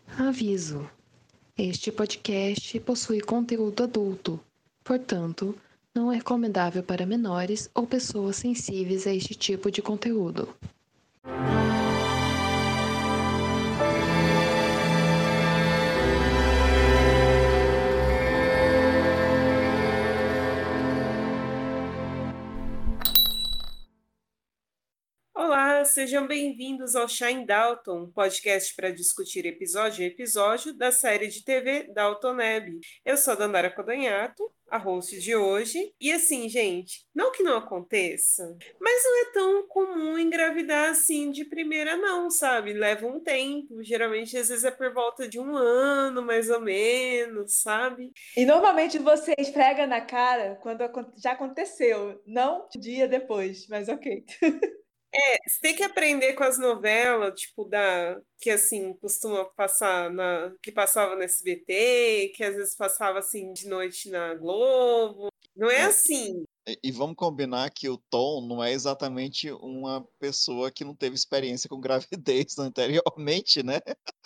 Aviso: este podcast possui conteúdo adulto, portanto, não é recomendável para menores ou pessoas sensíveis a este tipo de conteúdo. Olá, sejam bem-vindos ao Shine Dalton, um podcast para discutir episódio a episódio da série de TV Dalton Neb. Eu sou a Dandara Codanhato, a host de hoje. E assim, gente, não que não aconteça, mas não é tão comum engravidar assim de primeira não, sabe? Leva um tempo, geralmente às vezes é por volta de um ano, mais ou menos, sabe? E normalmente você esfrega na cara quando já aconteceu, não um dia depois, mas ok. Você tem que aprender com as novelas, tipo, que assim, costuma passar que passava no SBT, que às vezes passava assim de noite na Globo. Não é assim. E vamos combinar que o Tom não é exatamente uma pessoa que não teve experiência com gravidez anteriormente, né?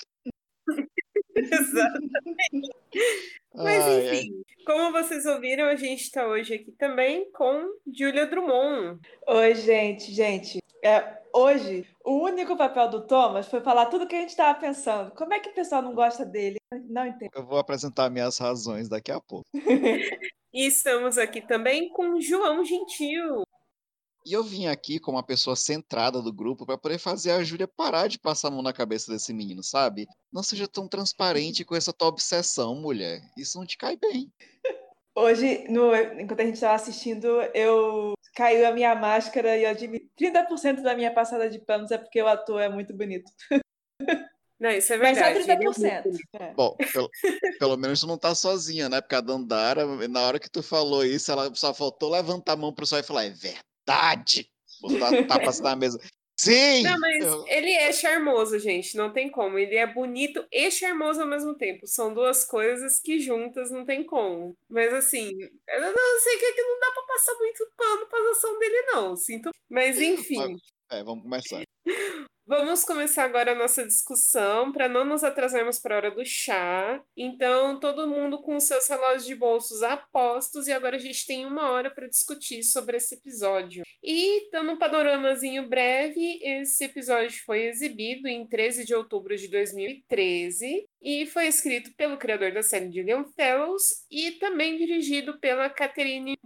Exatamente. Mas enfim, como vocês ouviram, a gente está hoje aqui também com Júlia Drummond. Oi, gente. Hoje, o único papel do Thomas foi falar tudo o que a gente estava pensando. Como é que o pessoal não gosta dele? Não entendo. Eu vou apresentar minhas razões daqui a pouco. E estamos aqui também com João Gentil. E eu vim aqui como uma pessoa centrada do grupo para poder fazer a Júlia parar de passar a mão na cabeça desse menino, sabe? Não seja tão transparente com essa tua obsessão, mulher. Isso não te cai bem. Hoje, enquanto a gente estava assistindo, caiu a minha máscara e eu admito 30% da minha passada de panos é porque o ator é muito bonito. Não, isso é Mas verdade. só 30%. Bom, pelo menos tu não tá sozinha, né? Porque a Dandara, na hora que tu falou isso, ela só faltou levantar a mão pro sol e falar, é verdade! Botar tapas na mesa. Sim! Não, mas ele é charmoso, gente, não tem como. Ele é bonito e charmoso ao mesmo tempo. São duas coisas que juntas não tem como. Mas assim, eu não sei que não dá pra passar muito pano pra ação dele, não. Sinto. Mas enfim. Vamos começar. Vamos começar agora a nossa discussão para não nos atrasarmos para a hora do chá. Então, todo mundo com seus relógios de bolsos apostos, e agora a gente tem 1 hora para discutir sobre esse episódio. E, dando um panoramazinho breve, esse episódio foi exibido em 13 de outubro de 2013 e foi escrito pelo criador da série, Gillian Fellows, e também dirigido pela Catherine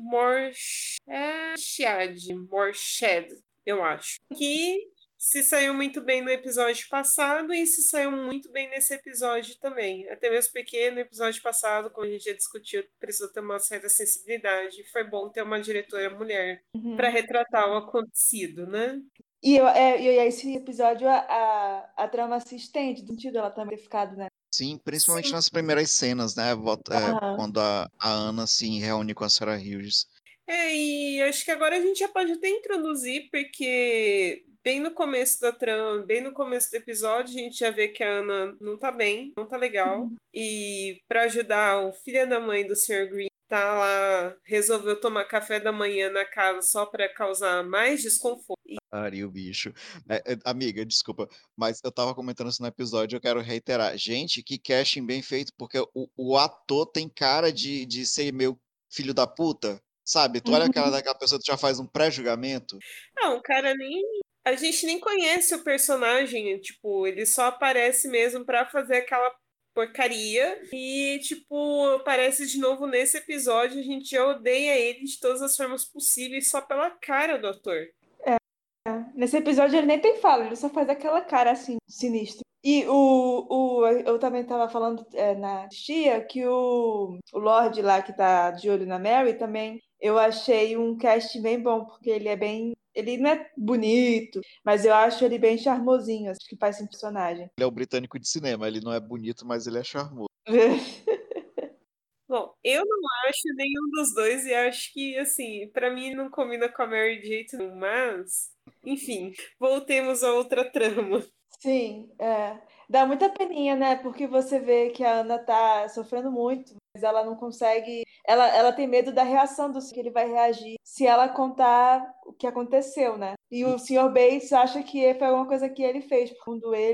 Morshed, eu acho, que se saiu muito bem no episódio passado e se saiu muito bem nesse episódio também. Até mesmo porque no episódio passado, como a gente já discutiu, precisou ter uma certa sensibilidade. Foi bom ter uma diretora mulher para retratar o acontecido, né? E esse episódio, a trama se estende, no sentido ela também ter ficado, né? Sim, principalmente nas primeiras cenas, né? Quando a Ana se reúne com a Sarah Hughes. E acho que agora a gente já pode até introduzir, porque bem no começo da trama, bem no começo do episódio, a gente já vê que a Ana não tá bem, não tá legal. E para ajudar o filho da mãe do Sr. Green, tá lá, resolveu tomar café da manhã na casa só para causar mais desconforto. O bicho. Amiga, desculpa, mas eu tava comentando isso no episódio, eu quero reiterar. Gente, que casting bem feito, porque o ator tem cara de ser meio filho da puta, sabe? Tu olha a cara daquela pessoa, tu já faz um pré-julgamento. Não, o cara a gente nem conhece o personagem, tipo, ele só aparece mesmo pra fazer aquela porcaria e, tipo, aparece de novo nesse episódio, a gente já odeia ele de todas as formas possíveis só pela cara do ator. Nesse episódio ele nem tem fala, ele só faz aquela cara assim, sinistra. E eu também tava falando na tia que o Lorde lá que tá de olho na Mary também, eu achei um cast bem bom, porque ele não é bonito, mas eu acho ele bem charmosinho, acho que faz esse personagem. Ele é o britânico de cinema, ele não é bonito, mas ele é charmoso. Bom, eu não acho nenhum dos dois e acho que, assim, pra mim não combina com a Mary de jeito nenhum, mas, enfim, voltemos a outra trama. Sim, dá muita peninha, né? Porque você vê que a Ana tá sofrendo muito, mas ela não consegue. Ela tem medo da reação do que ele vai reagir se ela contar o que aconteceu, né? E o Sr. Bates acha que foi alguma coisa que ele fez, segundo ele,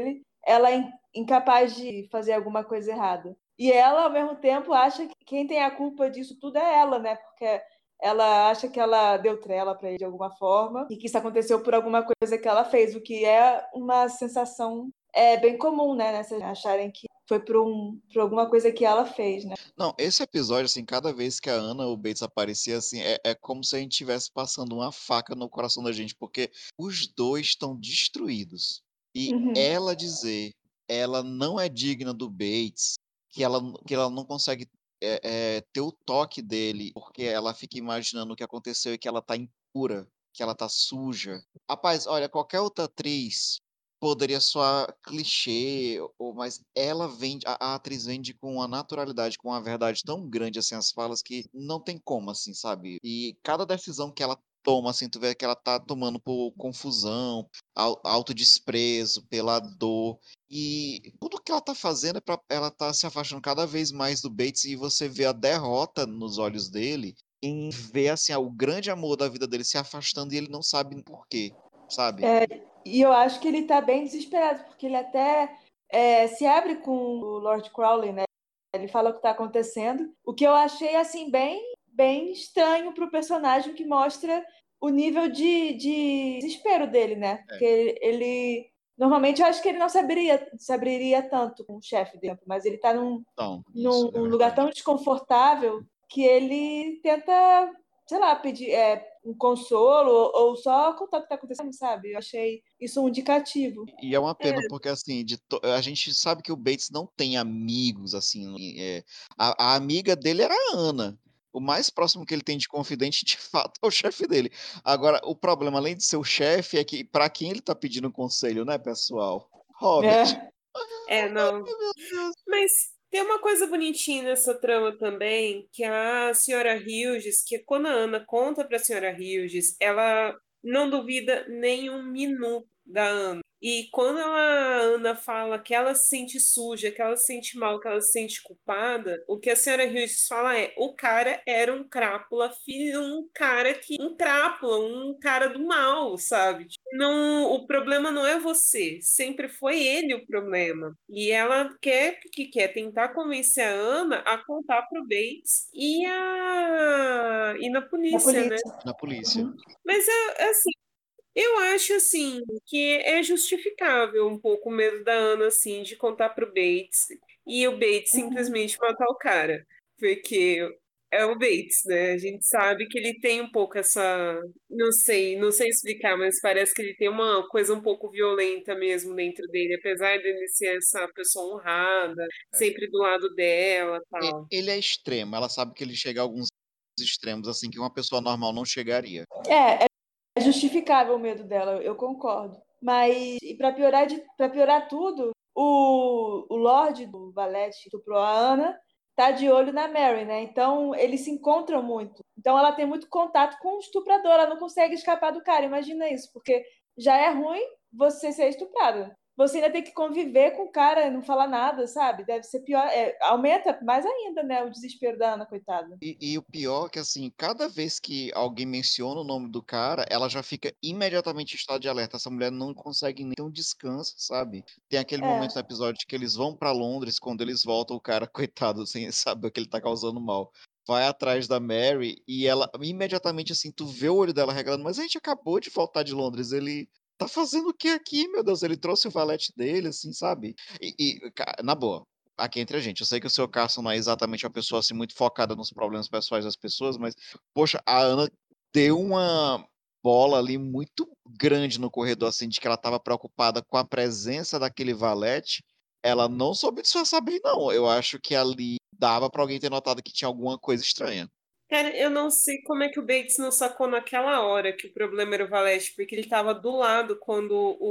ela é incapaz de fazer alguma coisa errada. E ela, ao mesmo tempo, acha que quem tem a culpa disso tudo é ela, né? Porque ela acha que ela deu trela para ele de alguma forma e que isso aconteceu por alguma coisa que ela fez, o que é uma sensação bem comum, né? Acharem que foi por alguma coisa que ela fez, né? Não, esse episódio, assim, cada vez que a Ana ou o Bates aparecia, assim, é como se a gente estivesse passando uma faca no coração da gente, porque os dois estão destruídos. E ela dizer, ela não é digna do Bates, que ela não consegue ter o toque dele, porque ela fica imaginando o que aconteceu e que ela tá impura, que ela tá suja. Rapaz, olha, qualquer outra atriz poderia soar clichê, mas ela vende, a atriz vende com uma naturalidade, com uma verdade tão grande, assim, as falas, que não tem como, assim, sabe? E cada decisão que ela toma, assim, tu vê que ela tá tomando por confusão, autodesprezo, pela dor, e tudo que ela tá fazendo ela tá se afastando cada vez mais do Bates, e você vê a derrota nos olhos dele, em ver, assim, o grande amor da vida dele se afastando, e ele não sabe por quê, sabe? E eu acho que ele tá bem desesperado, porque ele até se abre com o Lord Crowley, né? Ele fala o que tá acontecendo. O que eu achei, assim, bem estranho pro personagem, que mostra o nível de desespero dele, né? Porque ele... Normalmente eu acho que ele não se abriria tanto com o chefe dele, mas ele tá num lugar tão desconfortável que ele tenta, sei lá, pedir um consolo ou só contar o que tá acontecendo, sabe? Eu achei isso um indicativo. E é uma pena porque, assim, a gente sabe que o Bates não tem amigos, assim, a amiga dele era a Ana. O mais próximo que ele tem de confidente, de fato, é o chefe dele. Agora, o problema, além de ser o chefe, é que para quem ele tá pedindo conselho, né, pessoal? Robert. Não. Meu Deus. Mas tem uma coisa bonitinha nessa trama também, que a senhora Hughes, que quando a Ana conta para a senhora Hughes, ela não duvida nem um minuto da Ana. E quando a Ana fala que ela se sente suja, que ela se sente mal, que ela se sente culpada, o que a senhora Hughes fala é: o cara era um crápula, um crápula, um cara do mal, sabe? Não, o problema não é você, sempre foi ele o problema. E ela quer tentar convencer a Ana a contar pro Bates e na polícia, né? Na polícia. Mas assim, eu acho assim que é justificável um pouco o medo da Ana assim de contar pro Bates e o Bates simplesmente matar o cara, porque é o Bates, né? A gente sabe que ele tem um pouco essa, não sei explicar, mas parece que ele tem uma coisa um pouco violenta mesmo dentro dele, apesar dele ser essa pessoa honrada, sempre do lado dela, tal. Ele é extremo, ela sabe que ele chega a alguns extremos, assim, que uma pessoa normal não chegaria. É justificável o medo dela, eu concordo. Mas, e para piorar tudo, o Lorde do Valete estuprou a Ana, tá de olho na Mary, né? Então, eles se encontram muito. Então, ela tem muito contato com o estuprador, ela não consegue escapar do cara. Imagina isso, porque já é ruim você ser estuprada. Você ainda tem que conviver com o cara, não falar nada, sabe? Deve ser pior. Aumenta mais ainda, né? O desespero da Ana, coitada. E o pior é que, assim, cada vez que alguém menciona o nome do cara, ela já fica imediatamente em estado de alerta. Essa mulher não consegue nem ter um descanso, sabe? Tem aquele momento no episódio que eles vão pra Londres, quando eles voltam, o cara, coitado, sem saber o que ele tá causando mal, vai atrás da Mary e ela, imediatamente, assim, tu vê o olho dela regalando, mas a gente acabou de voltar de Londres, ele tá fazendo o que aqui, meu Deus? Ele trouxe o valete dele, assim, sabe? Na boa, aqui entre a gente, eu sei que o seu Carson não é exatamente uma pessoa assim muito focada nos problemas pessoais das pessoas, mas, poxa, a Ana deu uma bola ali muito grande no corredor, assim, de que ela estava preocupada com a presença daquele valete. Ela não soube disfarçar bem, não. Eu acho que ali dava para alguém ter notado que tinha alguma coisa estranha. Cara, eu não sei como é que o Bates não sacou naquela hora que o problema era o Valete, porque ele estava do lado quando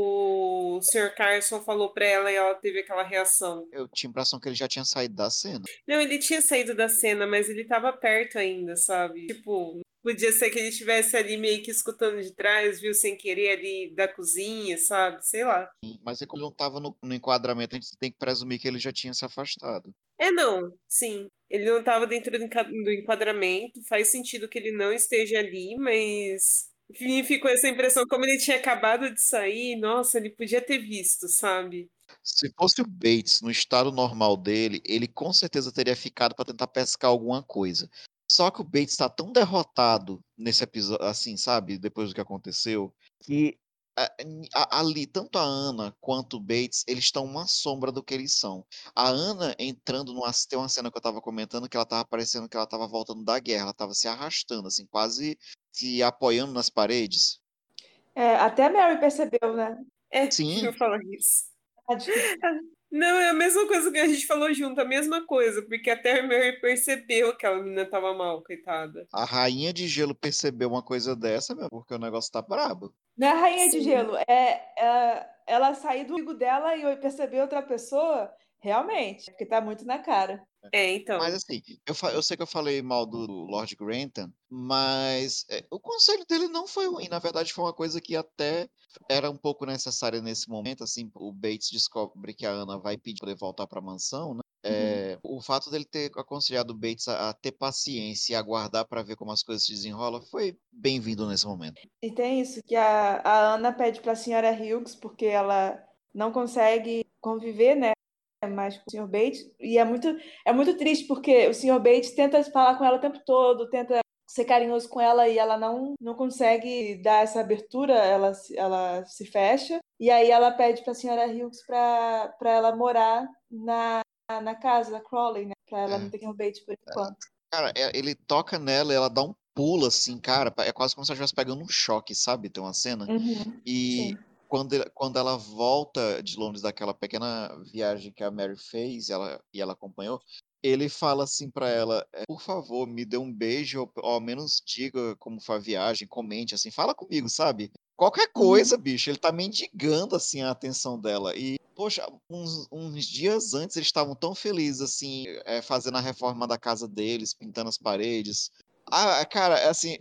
o Sr. Carson falou pra ela e ela teve aquela reação. Eu tinha a impressão que ele já tinha saído da cena. Não, ele tinha saído da cena, mas ele estava perto ainda, sabe? Tipo, podia ser que ele estivesse ali meio que escutando de trás, viu sem querer ali da cozinha, sabe? Sei lá. Mas é como ele não estava no enquadramento, a gente tem que presumir que ele já tinha se afastado. Não, sim. Ele não estava dentro do enquadramento, faz sentido que ele não esteja ali, mas me ficou essa impressão, como ele tinha acabado de sair, nossa, ele podia ter visto, sabe? Se fosse o Bates no estado normal dele, ele com certeza teria ficado pra tentar pescar alguma coisa. Só que o Bates tá tão derrotado nesse episódio, assim, sabe? Depois do que aconteceu, que ali, tanto a Ana quanto o Bates, eles estão uma sombra do que eles são. A Ana entrando numa. Tem uma cena que eu tava comentando que ela tava parecendo que ela tava voltando da guerra, ela tava se arrastando, assim, quase se apoiando nas paredes. Até a Mary percebeu, né? Eu Sim, falo isso. Ah, desculpa. Não, é a mesma coisa que a gente falou junto, a mesma coisa, porque até a Mary percebeu que a menina tava mal, coitada. a Rainha de Gelo percebeu uma coisa dessa, meu, porque o negócio tá brabo. Não é a Rainha de Sim. Gelo, ela sair do amigo dela e perceber outra pessoa, realmente, porque tá muito na cara. Então. Mas assim, eu sei que eu falei mal do Lord Grantham, mas o conselho dele não foi ruim. Na verdade, foi uma coisa que até era um pouco necessária nesse momento. Assim, o Bates descobre que a Ana vai pedir pra ele voltar pra mansão, né? O fato dele ter aconselhado o Bates a ter paciência e aguardar pra ver como as coisas se desenrolam foi bem-vindo nesse momento. E tem isso, que a Ana pede pra senhora Hughes, porque ela não consegue conviver, né, mais com o Sr. Bates. E é muito triste, porque o Sr. Bates tenta falar com ela o tempo todo, tenta ser carinhoso com ela e ela não consegue dar essa abertura, ela se fecha. E aí ela pede pra senhora Hughes pra ela morar na casa da Crowley, né, pra ela não ter que ir no Bates por enquanto. Cara, ele toca nela e ela dá um pulo assim, cara. É quase como se ela estivesse pegando um choque, sabe? Tem uma cena. Uhum, E sim. quando ela volta de Londres daquela pequena viagem que a Mary fez e ela acompanhou, ele fala assim pra ela: por favor, me dê um beijo, ou ao menos diga como foi a viagem, comente, assim, fala comigo, sabe? Qualquer coisa, bicho, ele tá mendigando assim a atenção dela. E, poxa, uns dias antes eles estavam tão felizes, assim, fazendo a reforma da casa deles, pintando as paredes. Cara, assim,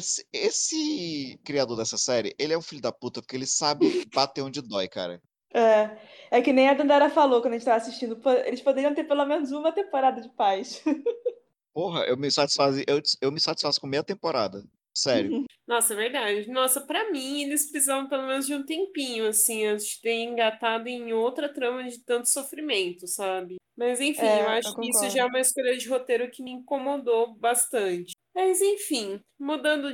esse criador dessa série, ele é um filho da puta, porque ele sabe bater onde dói, cara. É que nem a Dandara falou quando a gente tava assistindo. Eles poderiam ter pelo menos uma temporada de paz. Porra, eu me satisfaço com meia temporada. Sério. Nossa, é verdade. Nossa, pra mim, eles precisavam pelo menos de um tempinho, assim, antes de ter engatado em outra trama de tanto sofrimento, sabe? Mas enfim, eu acho Eu que isso já é concordo. uma escolha de roteiro que me incomodou bastante. Mas enfim, mudando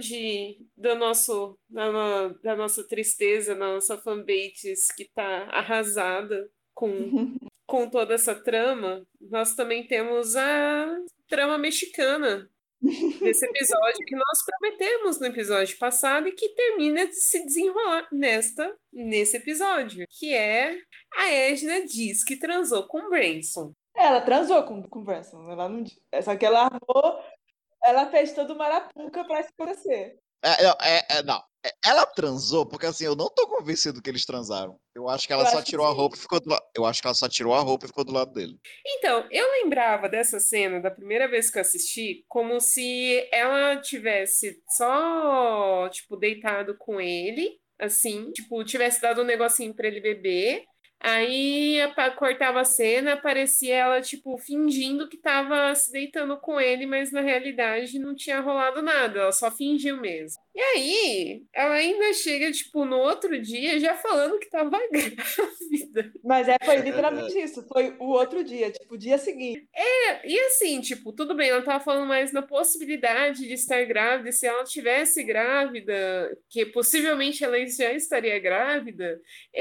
da nossa tristeza, da nossa fanbase que tá arrasada com toda essa trama, nós também temos a trama mexicana desse episódio que nós prometemos no episódio passado e que termina de se desenrolar nesse episódio, que é a Edna diz que transou com o Branson. Ela transou com o Branson. Ela não... Só que ela armou, ela fez todo o marapuca pra isso acontecer. Não. Ela transou, porque assim, eu não tô convencido que eles transaram. Eu acho que ela Eu só acho que tirou a sim. roupa e ficou do lado. Eu acho que ela só tirou a roupa e ficou do lado dele. Então, eu lembrava dessa cena da primeira vez que eu assisti como se ela tivesse só, tipo, deitado com ele, assim, tipo, tivesse dado um negocinho pra ele beber. Aí cortava a cena, aparecia ela, tipo, fingindo que tava se deitando com ele, mas na realidade não tinha rolado nada, ela só fingiu mesmo. E aí, ela ainda chega, tipo, no outro dia já falando que tava grávida. Mas foi literalmente isso. Foi o outro dia, tipo, o dia seguinte. E assim, tipo, tudo bem, ela tava falando mais na possibilidade de estar grávida, e se ela tivesse grávida, que possivelmente ela já estaria grávida,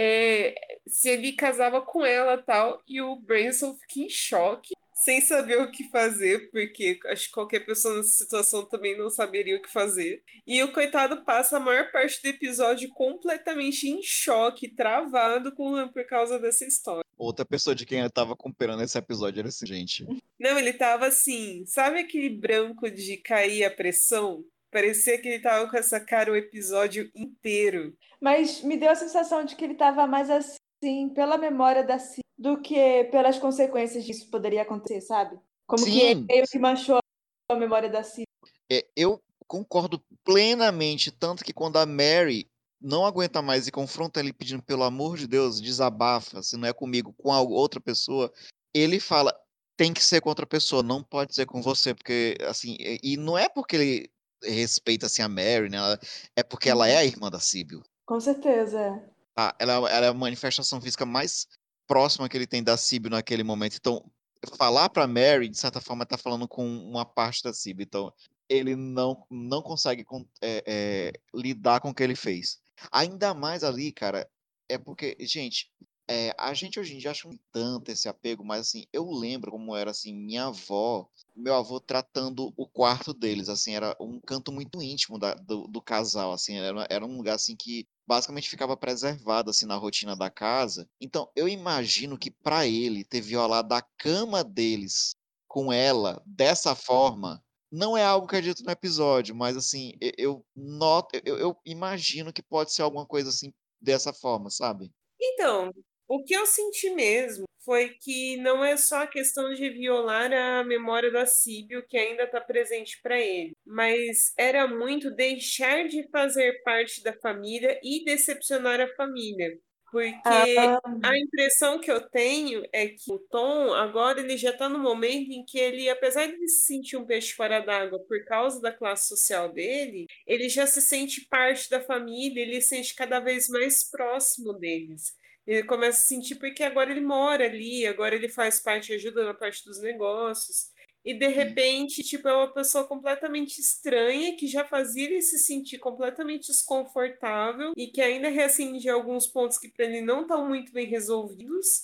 se ele casava com ela tal, e o Branson fica em choque, sem saber o que fazer, porque acho que qualquer pessoa nessa situação também não saberia o que fazer. E o coitado passa a maior parte do episódio completamente em choque, travado por causa dessa história. Outra pessoa de quem eu tava comparando esse episódio era assim, gente. Não, ele tava assim, sabe aquele branco de cair a pressão? Parecia que ele tava com essa cara o episódio inteiro. Mas me deu a sensação de que ele tava mais assim, pela memória da Cia, do que pelas consequências disso poderia acontecer, sabe? Como que ele Sim, meio que manchou a memória da Cia. eu concordo plenamente, tanto que quando a Mary não aguenta mais e confronta ele pedindo pelo amor de Deus, desabafa, se não é comigo, com a outra pessoa, ele fala, tem que ser com outra pessoa, não pode ser com você, porque, assim, e não é porque ele respeita, assim, a Mary, né, é porque ela é a irmã da Síbil. Com certeza. Ela é a manifestação física mais próxima que ele tem da Síbio naquele momento. Então, falar pra Mary, de certa forma, tá falando com uma parte da Síbio. Então, ele não consegue lidar com o que ele fez. Ainda mais ali, cara, é porque, gente, a gente hoje em dia acha tanto esse apego, mas assim, eu lembro como era assim, meu avô tratando o quarto deles, assim, era um canto muito íntimo do casal, assim, era um lugar assim que basicamente ficava preservado assim na rotina da casa. Então, eu imagino que para ele ter violado a cama deles com ela dessa forma não é algo que é dito no episódio, mas assim, eu noto, eu imagino que pode ser alguma coisa assim dessa forma, sabe? Então, o que eu senti mesmo foi que não é só a questão de violar a memória da Síbio, que ainda está presente para ele, mas era muito deixar de fazer parte da família e decepcionar a família. Porque Ah, a impressão que eu tenho é que o Tom, agora, ele já está no momento em que ele, apesar de se sentir um peixe fora d'água por causa da classe social dele, ele já se sente parte da família, ele se sente cada vez mais próximo deles. Ele começa a sentir porque agora ele mora ali, agora ele faz parte, ajuda na parte dos negócios. E de repente, tipo, é uma pessoa completamente estranha que já fazia ele se sentir completamente desconfortável e que ainda reacende alguns pontos que para ele não estão muito bem resolvidos.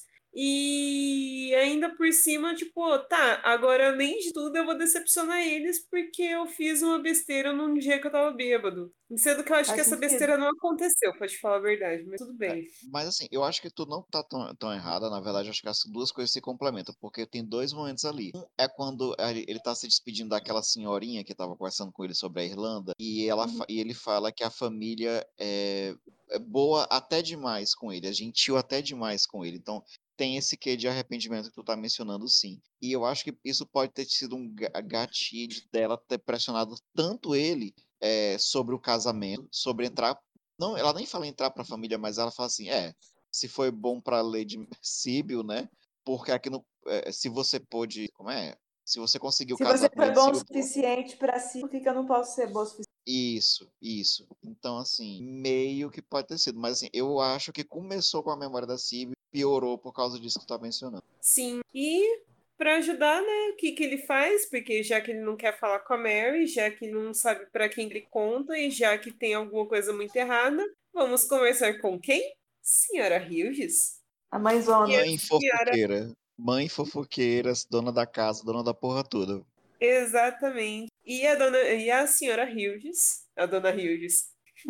E ainda por cima, tipo, tá, agora além de tudo eu vou decepcionar eles porque eu fiz uma besteira num dia que eu tava bêbado. Sendo que eu acho que faz essa sentido. besteira não aconteceu, pra te falar a verdade, mas tudo É, bem. mas assim, eu acho que tu não tá tão errada, na verdade, eu acho que as duas coisas se complementam, porque tem dois momentos ali. Um é quando ele tá se despedindo daquela senhorinha que tava conversando com ele sobre a Irlanda, e, Uhum. e ele fala que a família é boa até demais com ele, é gentil até demais com ele. Então, tem esse quê de arrependimento que tu tá mencionando, sim. E eu acho que isso pode ter sido um gatilho dela ter pressionado tanto ele sobre o casamento, sobre entrar. Não, ela nem fala entrar pra família, mas ela fala assim, se foi bom pra Lady Síbio, né? Porque aqui no, se você pôde, como é? Se você conseguiu Se você casar com foi Lady bom o Síbio, suficiente para si, por que que eu não posso ser boa o suficiente? isso. Então, assim, meio que pode ter sido, mas assim, eu acho que começou com a memória da Síbio, piorou por causa disso que tu tá mencionando. Sim. E para ajudar, né, o que que ele faz? Porque já que ele não quer falar com a Mary, já que não sabe para quem ele conta e já que tem alguma coisa muito errada, vamos conversar com quem? Senhora Hughes. A E mãezona. a Mãe senhora, fofoqueira. Mãe fofoqueira, dona da casa, dona da porra toda. exatamente. E a senhora Hughes, a dona Hughes,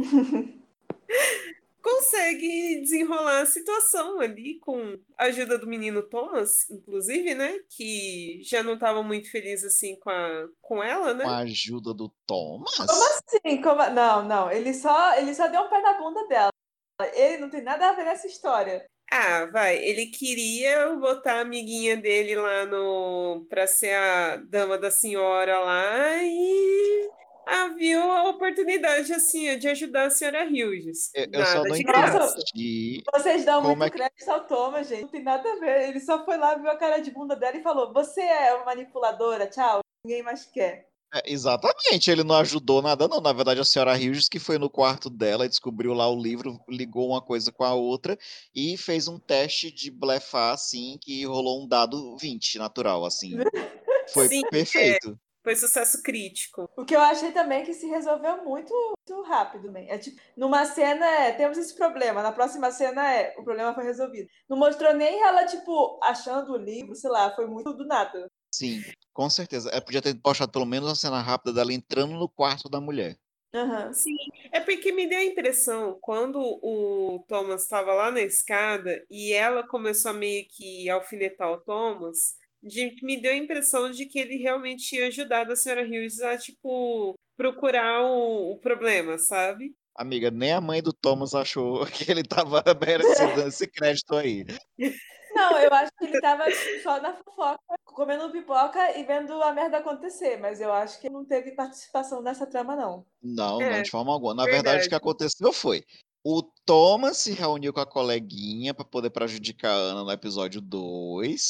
consegue desenrolar a situação ali com a ajuda do menino Thomas, inclusive, né? Que já não estava muito feliz assim com ela, Com né? a ajuda do Como Thomas? assim? Não. Ele só deu um pé na bunda dela. Ele não tem nada a ver nessa história. Ah, vai. Ele queria botar a amiguinha dele lá no pra ser a dama da senhora lá e viu a oportunidade assim ó, de ajudar a senhora Hughes. Eu só Nada não de Nossa, graça. entendi vocês dão como muito é que. crédito ao Thomas, gente. Não tem nada a ver. Ele só foi lá, viu a cara de bunda dela e falou: Você é uma manipuladora, tchau. Ninguém mais quer. Exatamente, ele não ajudou nada, não. Na verdade, a senhora Hughes que foi no quarto dela e descobriu lá o livro, ligou uma coisa com a outra e fez um teste de blefar, assim, que rolou um dado 20 natural, assim. Foi Sim, perfeito. foi sucesso crítico. O que eu achei também que se resolveu muito, muito rápido, né? É tipo, numa cena temos esse problema, na próxima cena o problema foi resolvido. Não mostrou nem ela, tipo, achando o livro, sei lá, foi muito do nada. Sim, com certeza. Podia ter postado pelo menos uma cena rápida dela entrando no quarto da mulher. Aham. Sim, é porque me deu a impressão, quando o Thomas estava lá na escada e ela começou a meio que alfinetar o Thomas, me deu a impressão de que ele realmente tinha ajudado a senhora Hughes a, tipo, procurar o problema, sabe? Amiga, nem a mãe do Thomas achou que ele tava merecendo esse crédito aí. Não, eu acho que ele tava, tipo, só na fofoca, comendo pipoca e vendo a merda acontecer, mas eu acho que não teve participação nessa trama, não. Não, É, de forma alguma. Na verdade, o que verdade. aconteceu foi: o Thomas se reuniu com a coleguinha para poder prejudicar a Ana no episódio 2.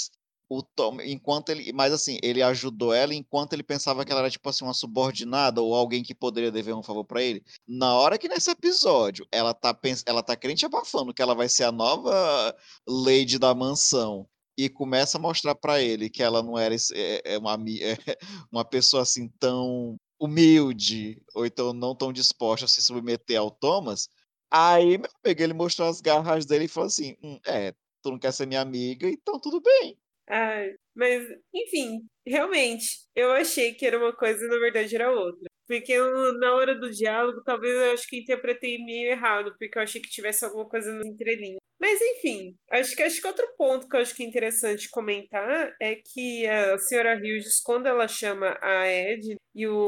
o Tom, enquanto ele, mas assim, ele ajudou ela enquanto ele pensava que ela era tipo assim uma subordinada ou alguém que poderia dever um favor pra ele. Na hora que nesse episódio ela tá crente abafando que ela vai ser a nova lady da mansão e começa a mostrar pra ele que ela não era uma pessoa assim tão humilde ou então não tão disposta a se submeter ao Thomas. Aí, meu amigo, ele mostrou as garras dele e falou assim: tu não quer ser minha amiga, então tudo bem. Ai, mas, enfim, realmente, eu achei que era uma coisa e na verdade era outra. Porque na hora do diálogo, talvez eu acho que interpretei meio errado, porque eu achei que tivesse alguma coisa no entrelinha. Mas enfim, acho que outro ponto que eu acho que é interessante comentar é que a senhora Hughes, quando ela chama a Ed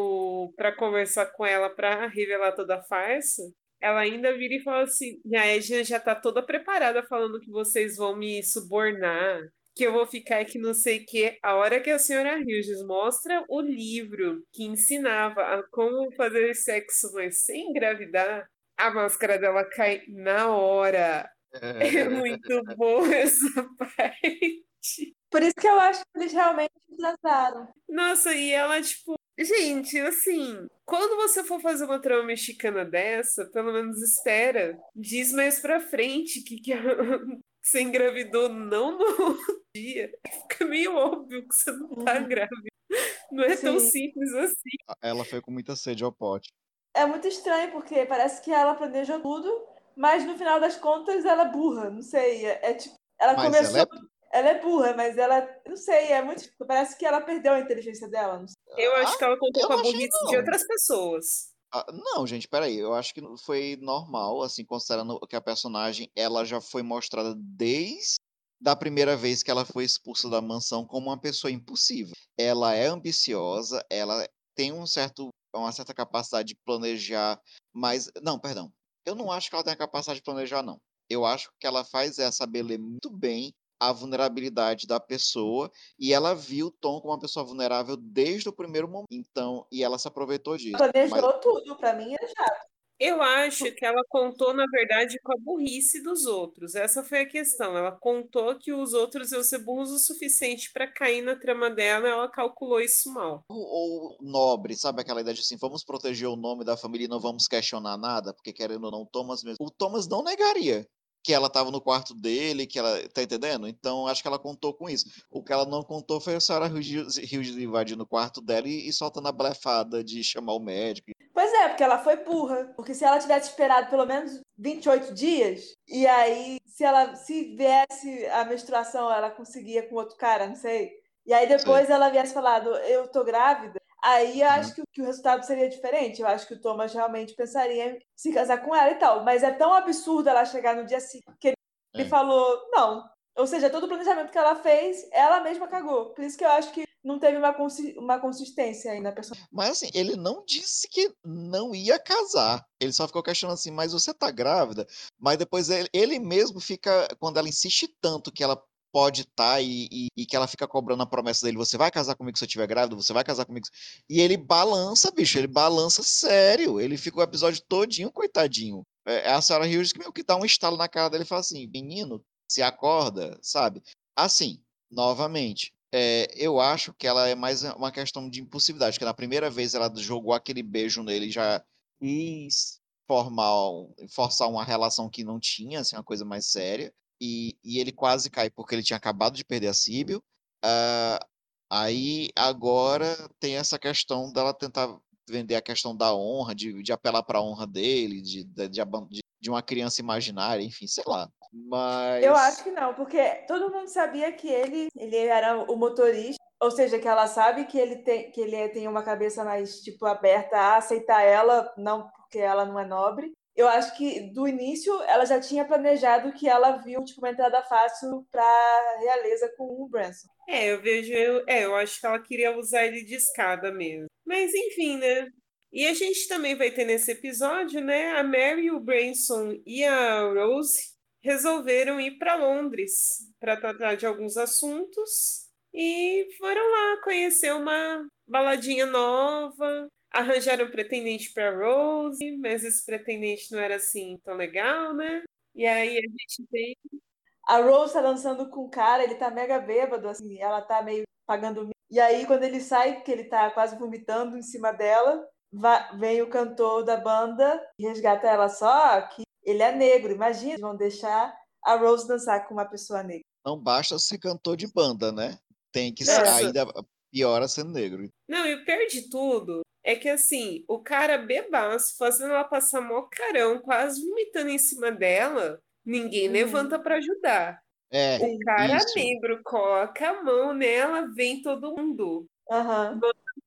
para conversar com ela para revelar toda a farsa, ela ainda vira e fala assim: a Ed já tá toda preparada falando que vocês vão me subornar, que eu vou ficar aqui não sei o quê. A hora que a senhora Hughes mostra o livro que ensinava a como fazer sexo, mas sem engravidar, a máscara dela cai na hora. É muito bom essa parte. Por isso que eu acho que eles realmente transaram. Nossa, e ela, tipo, gente, assim, quando você for fazer uma trama mexicana dessa, pelo menos espera, diz mais pra frente que você engravidou não no dia. Fica meio óbvio que você não tá Uhum. grávida. Não é tão Sim. simples assim. Ela foi com muita sede ao pote. É muito estranho, porque parece que ela planejou tudo, mas no final das contas ela é burra, não sei. É tipo, ela Mas ela começou. é. Ela é burra, mas ela. Não sei, é muito. Parece que ela perdeu a inteligência dela. Não sei. Eu Ah, acho que ela contou eu com a não achei, burrice de não. outras pessoas. Não, gente, peraí. Eu acho que foi normal, assim, considerando que a personagem ela já foi mostrada desde da primeira vez que ela foi expulsa da mansão como uma pessoa impossível. Ela é ambiciosa, ela tem uma certa capacidade de planejar, mas. Não, perdão. Eu não acho que ela tem a capacidade de planejar, não. Eu acho que ela faz é saber ler muito bem a vulnerabilidade da pessoa e ela viu o Tom como uma pessoa vulnerável desde o primeiro momento. Então, e ela se aproveitou disso. Mas Planejou tudo, pra mim é chato. Eu acho que ela contou, na verdade, com a burrice dos outros. Essa foi a questão. Ela contou que os outros iam ser burros o suficiente para cair na trama dela, ela calculou isso mal. ou nobre, sabe aquela ideia de assim, vamos proteger o nome da família e não vamos questionar nada, porque querendo ou não, o Thomas não negaria que ela estava no quarto dele, que ela, tá entendendo? Então, acho que ela contou com isso. O que ela não contou foi a senhora Hughes invadindo o quarto dela e soltando a blefada de chamar o médico. Pois é, porque ela foi burra. Porque se ela tivesse esperado pelo menos 28 dias, e aí se viesse a menstruação, ela conseguia com outro cara, não sei. E aí Sei. depois ela viesse falado, eu tô grávida. Aí eu acho Uhum. que o resultado seria diferente. Eu acho que o Thomas realmente pensaria em se casar com ela e tal. Mas é tão absurdo ela chegar no dia seguinte que ele É. falou, não. Ou seja, todo o planejamento que ela fez, ela mesma cagou. Por isso que eu acho que não teve uma consistência aí na personagem. Mas assim, ele não disse que não ia casar. Ele só ficou questionando assim, mas você tá grávida? Mas depois ele mesmo fica, quando ela insiste tanto que ela pode estar e que ela fica cobrando a promessa dele, você vai casar comigo se eu estiver grávida? Você vai casar comigo? E ele balança, bicho, ele balança sério. Ele fica o episódio todinho, coitadinho. É a Sarah Hughes que meio que dá um estalo na cara dele e fala assim, menino, se acorda, sabe? Assim, novamente, eu acho que ela é mais uma questão de impulsividade, que na primeira vez ela jogou aquele beijo nele e já quis forçar uma relação que não tinha, assim, uma coisa mais séria, e ele quase cai porque ele tinha acabado de perder a Síbio. Ah, aí agora tem essa questão dela tentar vender a questão da honra, de apelar para a honra dele, de uma criança imaginária, enfim, sei lá. Eu acho Mas. que não, porque todo mundo sabia que ele era o motorista, ou seja, que ela sabe que ele tem uma cabeça mais tipo aberta a aceitar ela, não porque ela não é nobre. Eu acho que do início ela já tinha planejado que ela viu tipo uma entrada fácil para realeza com o Branson. Eu acho que ela queria usar ele de escada mesmo. Mas enfim, né? E a gente também vai ter nesse episódio, né? A Mary, o Branson e a Rose resolveram ir para Londres para tratar de alguns assuntos e foram lá conhecer uma baladinha nova. Arranjaram um pretendente para Rose, mas esse pretendente não era assim tão legal, né? E aí a gente tem. A Rose tá dançando com o cara, ele tá mega bêbado, assim, ela tá meio pagando mico. E aí, quando ele sai, que ele tá quase vomitando em cima dela, vem o cantor da banda e resgata ela, só que ele é negro. Imagina, vão deixar a Rose dançar com uma pessoa negra. Não basta ser cantor de banda, né? Tem que ser, Nossa. ainda piora sendo negro. Não, e o pior de tudo é que, assim, o cara bebaço, fazendo ela passar mó carão, quase vomitando em cima dela, ninguém levanta pra ajudar. É, O cara isso. negro coloca a mão nela, vem todo mundo. Aham.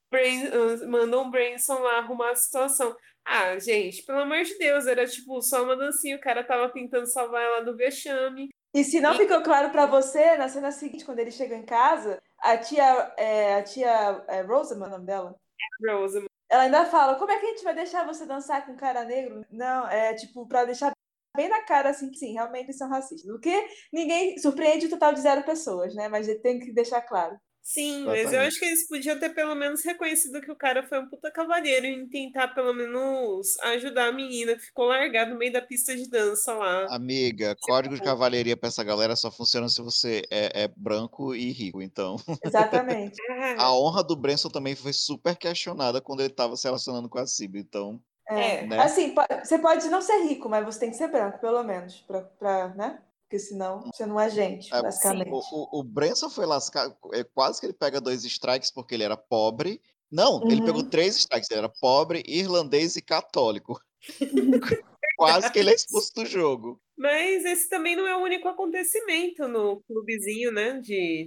Mandou um Branson lá arrumar a situação. Ah, gente, pelo amor de Deus, era tipo só uma dancinha, o cara tava tentando salvar ela do vexame. E se não ficou claro pra você, na cena seguinte, quando ele chega em casa, a tia Rosamund, o nome dela, Rosa, ela ainda fala, como é que a gente vai deixar você dançar com um cara negro? Não, é tipo, pra deixar bem na cara, assim, que sim, realmente eles são racistas. O que ninguém surpreende o total de 0 pessoas, né? Mas ele tem que deixar claro. sim, mas eu Exatamente. acho que eles podiam ter pelo menos reconhecido que o cara foi um puta cavalheiro em tentar pelo menos ajudar a menina que ficou largada no meio da pista de dança lá. Amiga, código de cavalheiria pra essa galera só funciona se você é branco e rico, então. Exatamente. A honra do Branson também foi super questionada quando ele tava se relacionando com a Sybil, então, né? Assim, você pode não ser rico, mas você tem que ser branco, pelo menos, né? Porque senão você não é gente, É, basicamente. o Branson foi lascado, quase que ele pega 2 strikes porque ele era pobre. Não, ele pegou 3 strikes, ele era pobre, irlandês e católico. Quase que ele é expulso do jogo. Mas esse também não é o único acontecimento no clubezinho, né?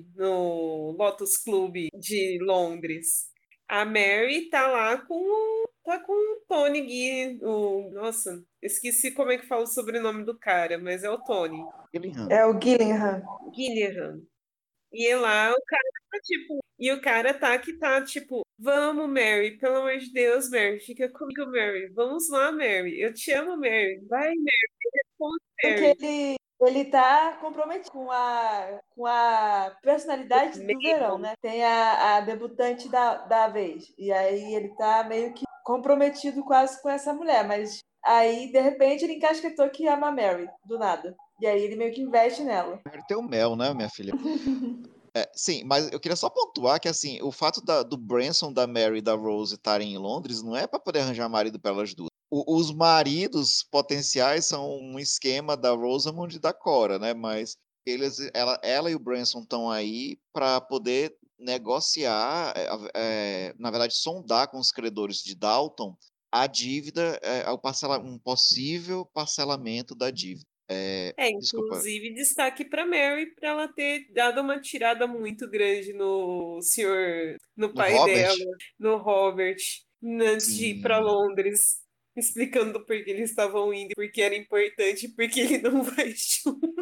No Lotus Club de Londres. A Mary tá lá com o Tony Gui, nossa, esqueci como é que fala o sobrenome do cara, mas é o Tony Gillingham. É o Gillingham. Gillingham. E lá o cara tá tipo, e o cara tá que tá tipo, vamos, Mary, pelo amor de Deus, Mary, fica comigo, Mary. Vamos lá, Mary. Eu te amo, Mary. Vai, Mary. Responde, Porque Mary. ele tá comprometido com a personalidade do verão, né? Tem a debutante da vez. E aí ele tá meio que comprometido quase com essa mulher. Mas aí, de repente, ele encasquetou que ama a Mary, do nada. E aí ele meio que investe nela. Ele tem o mel, né, minha filha? Sim, mas eu queria só pontuar que, assim, o fato do Branson, da Mary e da Rose estarem em Londres não é para poder arranjar marido para elas duas. Os maridos potenciais são um esquema da Rosamund e da Cora, né? Mas ela e o Branson estão aí para poder negociar, na verdade, sondar com os credores de Dalton a dívida, um possível parcelamento da dívida. Desculpa. Inclusive destaque para Mary para ela ter dado uma tirada muito grande no No pai Robert? dela, no Robert, antes de ir para Sim. Londres, explicando por que eles estavam indo, porque era importante, porque ele não vai junto.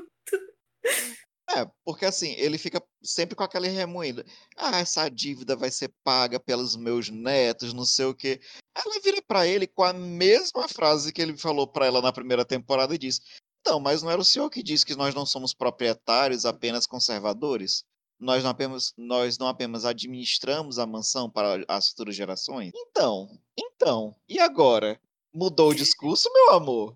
Porque assim, ele fica sempre com aquele remoído. Ah, essa dívida vai ser paga pelos meus netos, não sei o quê. Ela vira pra ele com a mesma frase que ele falou pra ela na primeira temporada e diz: Então, mas não era o senhor que disse que nós não somos proprietários, apenas conservadores? Nós não apenas administramos a mansão para as futuras gerações? Então, e agora? Mudou o discurso, meu amor?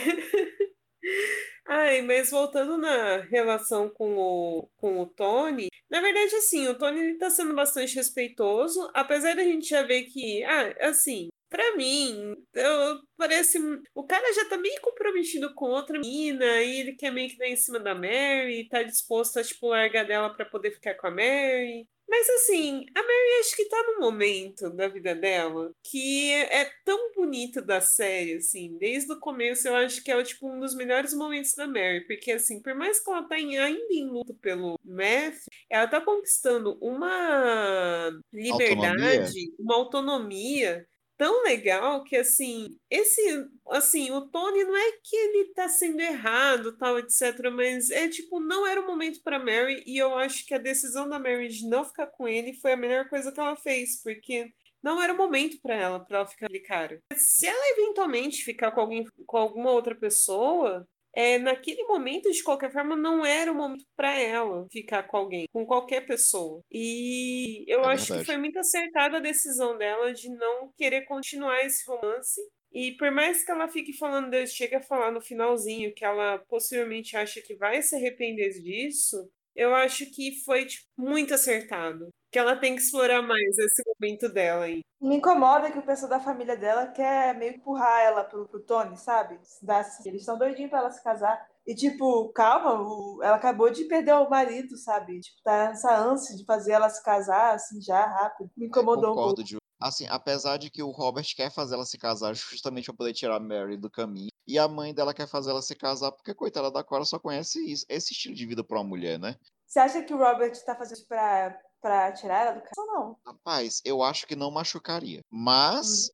Ai, mas voltando na relação com o Tony, na verdade, assim, o Tony ele tá sendo bastante respeitoso, apesar da gente já ver que, assim, pra mim, parece. O cara já tá meio comprometido com outra menina, e ele quer meio que dar em cima da Mary, tá disposto a, tipo, largar dela pra poder ficar com a Mary. Mas assim, a Mary acho que tá num momento da vida dela que é tão bonito da série, assim, desde o começo eu acho que é tipo um dos melhores momentos da Mary, porque assim, por mais que ela tá ainda em luto pelo Matthew, ela tá conquistando uma Autonomia? liberdade, uma autonomia tão legal que assim, o Tony não é que ele tá sendo errado, tal, etc, mas é tipo, não era o momento para Mary e eu acho que a decisão da Mary de não ficar com ele foi a melhor coisa que ela fez, porque não era o momento para ela ficar com aquele cara. Se ela eventualmente ficar com alguém, com alguma outra pessoa, naquele momento, de qualquer forma, não era o momento para ela ficar com alguém, com qualquer pessoa. E eu É acho que verdade. foi muito acertada a decisão dela de não querer continuar esse romance E por mais que ela fique falando, Deus chega a falar no finalzinho que ela possivelmente acha que vai se arrepender disso, eu acho que foi tipo, muito acertado. Que ela tem que explorar mais esse momento dela aí. Me incomoda que o pessoal da família dela quer meio que empurrar ela pro Tony, sabe? Eles estão doidinhos pra ela se casar. E, tipo, calma, ela acabou de perder o marido, sabe? Tipo, tá nessa ânsia de fazer ela se casar, assim, já rápido. Me incomodou um pouco. Concordo, Ju. Assim, apesar de que o Robert quer fazer ela se casar justamente pra poder tirar a Mary do caminho, e a mãe dela quer fazer ela se casar porque, coitada da Cora, só conhece isso, esse estilo de vida pra uma mulher, né? Você acha que o Robert tá fazendo isso pra tirar ela do caso ou não? Rapaz, eu acho que não machucaria. Mas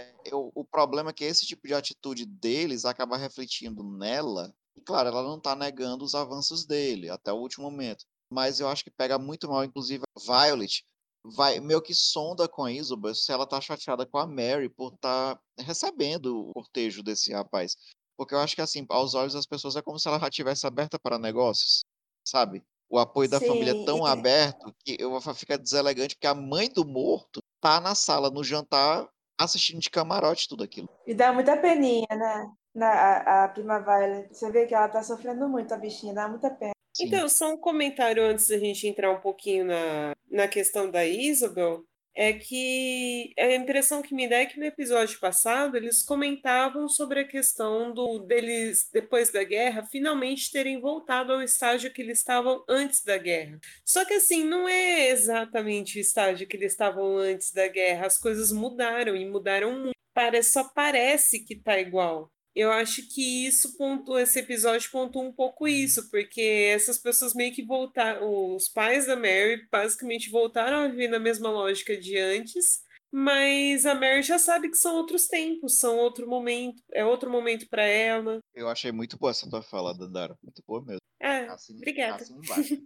o problema é que esse tipo de atitude deles acaba refletindo nela. E claro, ela não tá negando os avanços dele até o último momento. Mas eu acho que pega muito mal, inclusive, a Violet vai meio que sonda com a Isabel se ela tá chateada com a Mary por estar recebendo o cortejo desse rapaz. Porque eu acho que, assim, aos olhos das pessoas é como se ela já tivesse aberta para negócios, sabe? O apoio da família é Sim, tão aberto que eu vou ficar deselegante, porque a mãe do morto tá na sala, no jantar, assistindo de camarote tudo aquilo. e dá muita peninha, né? A prima Violet. Você vê que ela tá sofrendo muito, a bichinha, dá muita pena. Sim. Então, só um comentário antes da gente entrar um pouquinho na questão da Isabel, é que a impressão que me dá é que no episódio passado eles comentavam sobre a questão deles, depois da guerra, finalmente terem voltado ao estágio que eles estavam antes da guerra. Só que assim, não é exatamente o estágio que eles estavam antes da guerra, as coisas mudaram e mudaram muito. Só parece que tá igual. Eu acho que esse episódio pontua um pouco isso, porque essas pessoas meio que voltaram, os pais da Mary basicamente voltaram a viver na mesma lógica de antes, mas a Mary já sabe que são outros tempos, são outro momento, é outro momento para ela. Eu achei muito boa essa tua fala, Dandara. Muito boa mesmo. Obrigada. Assim embaixo.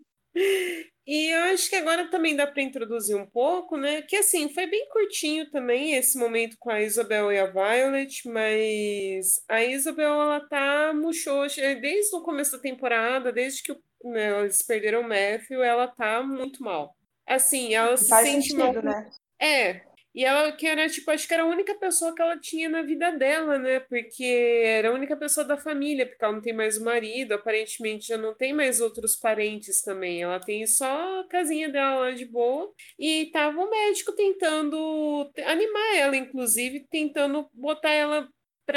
E eu acho que agora também dá para introduzir um pouco, né? Que assim, foi bem curtinho também esse momento com a Isabel e a Violet, mas a Isabel, ela tá murchou desde o começo da temporada, desde que né, eles perderam o Matthew, ela tá muito mal. Assim, ela se Faz sente mal. sentido, né? E ela que era, tipo, acho que era a única pessoa que ela tinha na vida dela, né? Porque era a única pessoa da família, porque ela não tem mais o marido, aparentemente já não tem mais outros parentes também. Ela tem só a casinha dela lá de boa. E tava o médico tentando animar ela, inclusive, tentando botar ela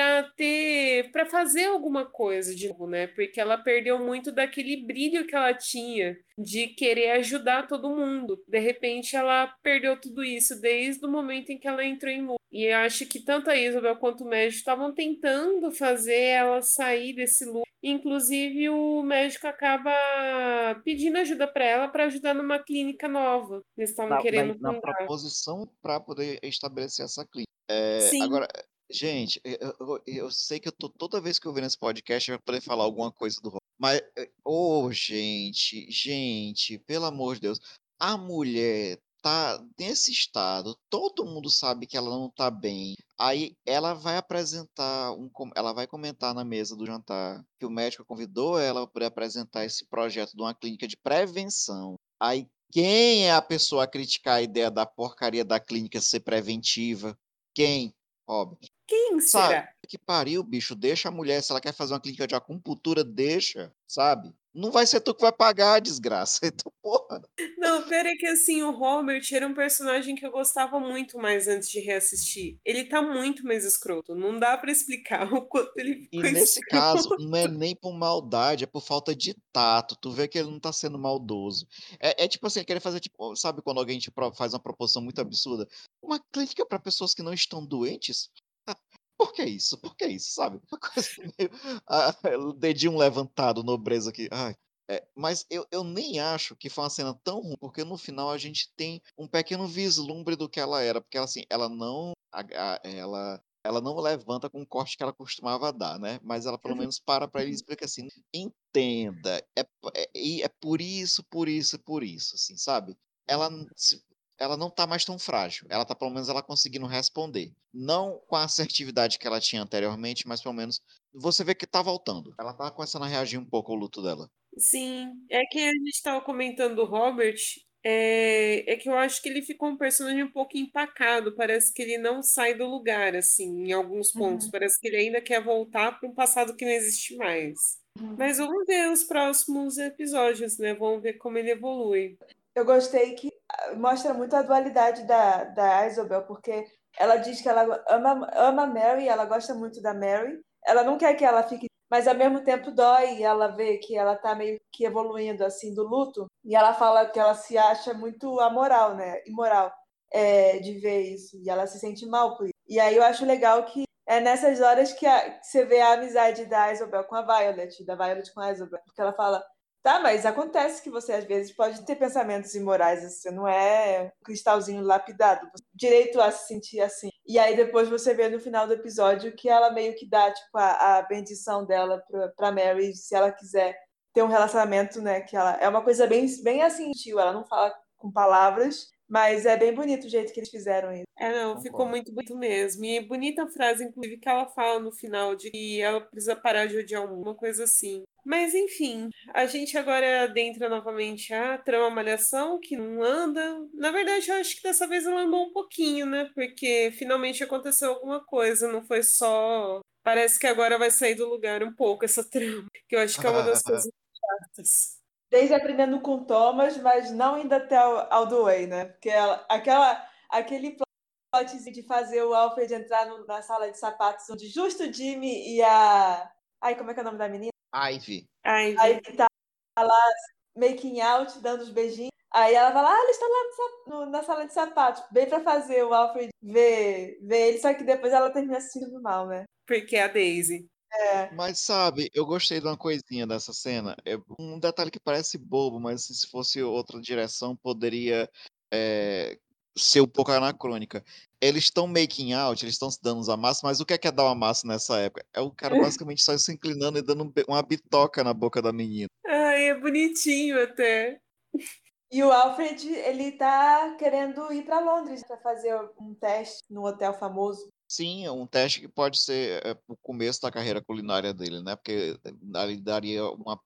para fazer alguma coisa de novo, né? Porque ela perdeu muito daquele brilho que ela tinha de querer ajudar todo mundo. De repente, ela perdeu tudo isso desde o momento em que ela entrou em luto. E eu acho que tanto a Isabel quanto o médico estavam tentando fazer ela sair desse luto. Inclusive, o médico acaba pedindo ajuda para ela para ajudar numa clínica nova. Eles estavam querendo Na fundar. proposição para poder estabelecer essa clínica. Sim. Agora, gente, eu sei que eu tô toda vez que eu venho nesse podcast eu vou poder falar alguma coisa do Robert. Mas, gente, pelo amor de Deus, a mulher tá nesse estado, todo mundo sabe que ela não tá bem. Aí ela vai apresentar ela vai comentar na mesa do jantar que o médico convidou ela para apresentar esse projeto de uma clínica de prevenção. Aí quem é a pessoa a criticar a ideia da porcaria da clínica ser preventiva? Quem? Óbvio. Quem Sabe? será? Que pariu, bicho. Deixa a mulher, se ela quer fazer uma clínica de acupuntura, deixa, sabe? Não vai ser tu que vai pagar, desgraça. Então, porra. Não, pera é que assim, o Robert era um personagem que eu gostava muito mais antes de reassistir. Ele tá muito mais escroto. Não dá pra explicar o quanto ele E ficou nesse caso, escroto. não é nem por maldade, é por falta de tato. Tu vê que ele não tá sendo maldoso. É tipo assim, querer fazer, tipo, sabe quando alguém faz uma proposição muito absurda? Uma clínica para pessoas que não estão doentes? Por que isso? Por que isso, sabe? Uma coisa meio. O dedinho levantado, nobreza aqui. Ai. Mas eu nem acho que foi uma cena tão ruim, porque no final a gente tem um pequeno vislumbre do que ela era, porque ela, assim, ela não. Ela não levanta com o corte que ela costumava dar, né? Mas ela pelo menos para ele e explica assim: entenda, é por isso, assim, sabe? Ela, ela não tá mais tão frágil. Ela tá, pelo menos, ela conseguindo responder. Não com a assertividade que ela tinha anteriormente, mas pelo menos você vê que tá voltando. Ela tá começando a reagir um pouco ao luto dela. Sim, é que a gente estava comentando do Robert é que eu acho que ele ficou um personagem um pouco empacado. Parece que ele não sai do lugar, assim, em alguns pontos. Uhum, Parece que ele ainda quer voltar para um passado que não existe mais. uhum. Mas vamos ver os próximos episódios, né? Vamos ver como ele evolui. Eu gostei que mostra muito a dualidade da Isabel, porque ela diz que ela ama a Mary, ela gosta muito da Mary, ela não quer que ela fique, mas ao mesmo tempo dói e ela vê que ela tá meio que evoluindo assim do luto, e ela fala que ela se acha muito amoral, né? Imoral, de ver isso, e ela se sente mal por isso. E aí eu acho legal que é nessas horas que você vê a amizade da Isabel com a Violet, da Violet com a Isabel, porque ela fala. Tá, mas acontece que você às vezes pode ter pensamentos imorais, você não é um cristalzinho lapidado, você tem direito a se sentir assim. E aí depois você vê no final do episódio que ela meio que dá, tipo, a bendição dela pra Mary, se ela quiser ter um relacionamento, né, que ela é uma coisa bem assim, tio, ela não fala com palavras, mas é bem bonito o jeito que eles fizeram isso. É, não, ficou Concordo. muito bonito mesmo. E bonita a frase, inclusive, que ela fala no final de que ela precisa parar de odiar uma coisa assim. Mas enfim, a gente agora adentra novamente a trama Malhação, que não anda. Na verdade, eu acho que dessa vez ela andou um pouquinho, né? Porque finalmente aconteceu alguma coisa, não foi só. Parece que agora vai sair do lugar um pouco essa trama, que eu acho que é uma das coisas chatas. Desde aprendendo com Thomas, mas não indo até ao do Way, né? Porque aquele plotzinho de fazer o Alfred entrar na sala de sapatos, onde justo o Jimmy e a. Ai, como é que é o nome da menina? Ivy. Ai, Aí Vi. tá lá making out, dando os beijinhos. Aí ela fala, eles estão lá na sala de sapatos, bem pra fazer o Alfred ver ele, só que depois ela termina se sentindo mal, né? Porque é a Daisy. É. Mas sabe, eu gostei de uma coisinha dessa cena. É um detalhe que parece bobo, mas se fosse outra direção, poderia ser um pouco anacrônica. Eles estão making out, eles estão se dando uns amassos, mas o que é dar uma massa nessa época? É o cara basicamente só se inclinando e dando uma bitoca na boca da menina. Ai, é bonitinho até. E o Alfred, ele tá querendo ir pra Londres pra fazer um teste no hotel famoso. Sim, é um teste que pode ser o começo da carreira culinária dele, né? Porque ali daria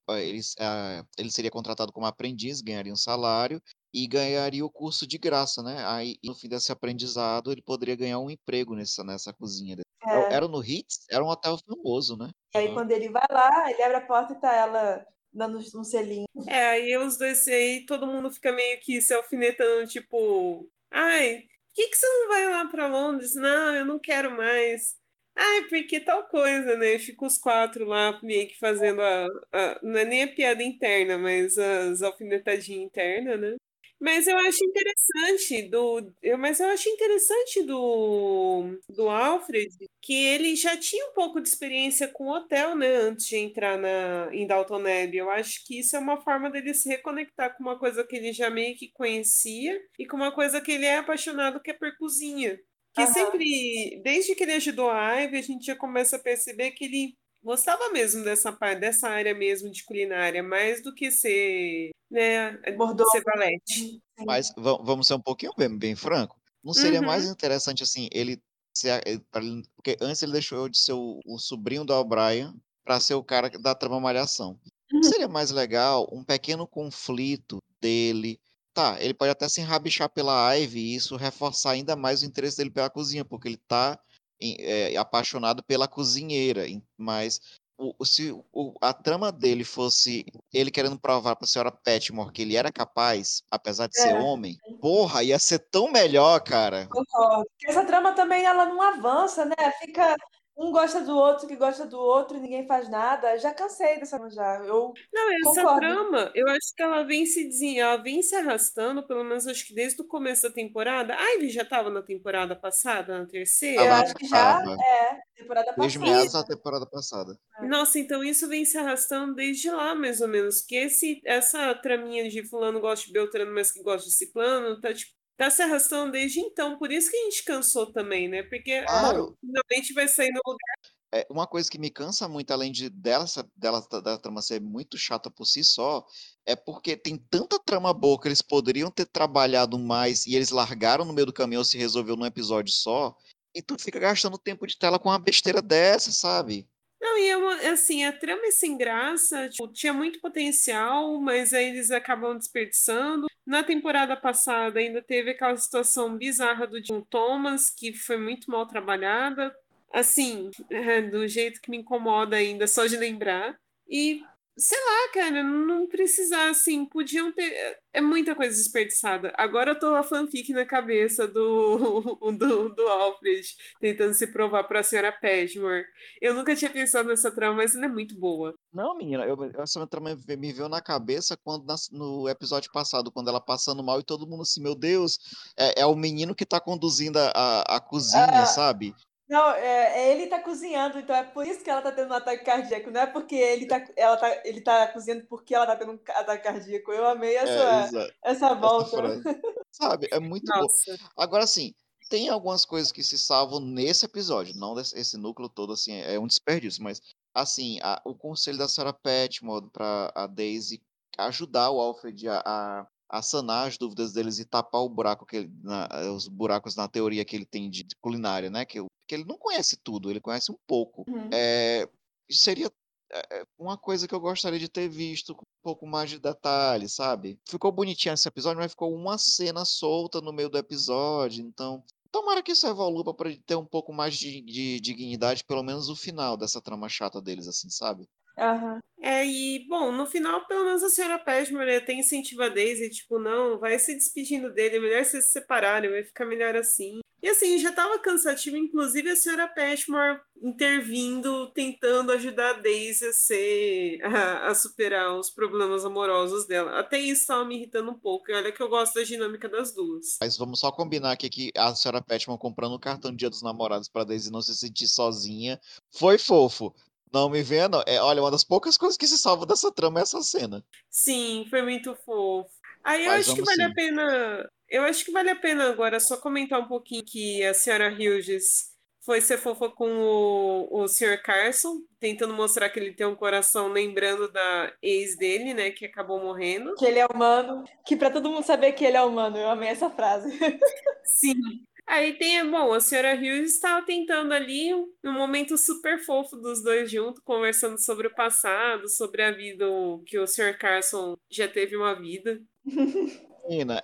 ele seria contratado como aprendiz, ganharia um salário e ganharia o curso de graça, né? Aí, no fim desse aprendizado, ele poderia ganhar um emprego nessa cozinha dele. É. Era no Hits? Era um hotel famoso, né? E aí, Aham. quando ele vai lá, ele abre a porta e tá ela dando um selinho. É, aí os dois aí, todo mundo fica meio que se alfinetando, tipo, ai, por que você não vai lá pra Londres? Não, eu não quero mais. Ai, porque tal coisa, né? Fica os quatro lá meio que fazendo não é nem a piada interna, mas as alfinetadinhas internas, né? Mas eu acho interessante mas eu acho interessante do Alfred que ele já tinha um pouco de experiência com hotel, né, antes de entrar em Downton Abbey. Eu acho que isso é uma forma dele se reconectar com uma coisa que ele já meio que conhecia e com uma coisa que ele é apaixonado, que é por cozinha. Que Aham. sempre, desde que ele ajudou a Ivy, a gente já começa a perceber que ele gostava mesmo dessa parte, dessa área mesmo de culinária, mais do que ser, né, ser Mordomo. valete. Sim. Mas vamos ser um pouquinho bem franco. Não seria mais Uhum. interessante assim, porque antes ele deixou de ser o sobrinho do O'Brien para ser o cara da trama Malhação. Não seria mais legal um pequeno conflito dele? Tá, ele pode até se enrabixar pela Ivy e isso reforçar ainda mais o interesse dele pela cozinha, porque ele tá apaixonado pela cozinheira. Mas se a trama dele fosse ele querendo provar para a senhora Petmore que ele era capaz, apesar de ser É, homem, porra, ia ser tão melhor, cara. concordo. Porque essa trama também ela não avança, né? Fica um gosta do outro, que gosta do outro, e ninguém faz nada. Já cansei dessa trama já. Eu Não, essa concordo. trama, eu acho que ela vem se arrastando, pelo menos acho que desde o começo da temporada. A Ivy já estava na temporada passada, na Eu terceira. Tava, acho que já tava. é temporada Desde passada. meados da temporada passada. Nossa, então isso vem se arrastando desde lá, mais ou menos. Que essa traminha de fulano gosta de Beltrano, mas que gosta de Ciclano, tá, tipo, tá se arrastando desde então. Por isso que a gente cansou também, né? Porque, bom, Claro, finalmente vai sair no lugar. uma coisa que me cansa muito, além da trama ser muito chata por si só, é porque tem tanta trama boa que eles poderiam ter trabalhado mais e eles largaram no meio do caminho ou se resolveu num episódio só, e tu fica gastando tempo de tela com uma besteira dessa, sabe? Não, e assim, a trama é sem graça, tipo, tinha muito potencial, mas aí eles acabam desperdiçando. Na temporada passada ainda teve aquela situação bizarra do John Thomas, que foi muito mal trabalhada, assim, do jeito que me incomoda ainda, só de lembrar. E, sei lá, cara, não precisar, assim, podiam ter. É muita coisa desperdiçada. Agora eu tô a fanfic na cabeça do Alfred, tentando se provar pra senhora Padmore. Eu nunca tinha pensado nessa trama, mas ela é muito boa. Não, menina, essa trama me veio na cabeça quando no episódio passado, quando ela passando mal e todo mundo assim, meu Deus, é o menino que tá conduzindo a cozinha, Ah, sabe? não, ele tá cozinhando, então é por isso que ela tá tendo um ataque cardíaco. Não é porque ele tá cozinhando porque ela tá tendo um ataque cardíaco. Eu amei Exato, essa essa volta. frase. Sabe, é muito bom. Nossa. Agora, assim, tem algumas coisas que se salvam nesse episódio, não esse núcleo todo, assim, é um desperdício, mas, assim, o conselho da Sarah Patmore pra a Daisy ajudar o Alfred a sanar as dúvidas deles e tapar o buraco os buracos na teoria que ele tem de culinária, né? Que ele não conhece tudo, ele conhece um pouco. Uhum. Seria uma coisa que eu gostaria de ter visto com um pouco mais de detalhe, sabe? Ficou bonitinho esse episódio, mas ficou uma cena solta no meio do episódio, então tomara que isso evolua para ter um pouco mais de dignidade, pelo menos o final dessa trama chata deles, assim, sabe? Aham. E, bom, no final, pelo menos a senhora Padmore até incentiva a Daisy, tipo, não, vai se despedindo dele, é melhor vocês se separarem, vai ficar melhor assim. E assim, já tava cansativo, inclusive a senhora Padmore intervindo, tentando ajudar a Daisy a superar os problemas amorosos dela. Até isso tava me irritando um pouco, e olha que eu gosto da dinâmica das duas. Mas vamos só combinar aqui que a senhora Patman comprando o cartão de Dia dos Namorados para Daisy não se sentir sozinha foi fofo. Não me venha, não. Olha, uma das poucas coisas que se salva dessa trama é essa cena. Sim, foi muito fofo. Aí eu Mas acho que vamos vale a sim. pena. Eu acho que vale a pena agora só comentar um pouquinho que a senhora Hughes foi ser fofa com o Sr. Carson, tentando mostrar que ele tem um coração lembrando da ex dele, né, que acabou morrendo. Que ele é humano. Que pra todo mundo saber que ele é humano. Eu amei essa frase. Sim. Aí tem, bom, a senhora Hughes estava tentando ali um momento super fofo dos dois juntos, conversando sobre o passado, sobre a vida, que o Sr. Carson já teve uma vida. Menina,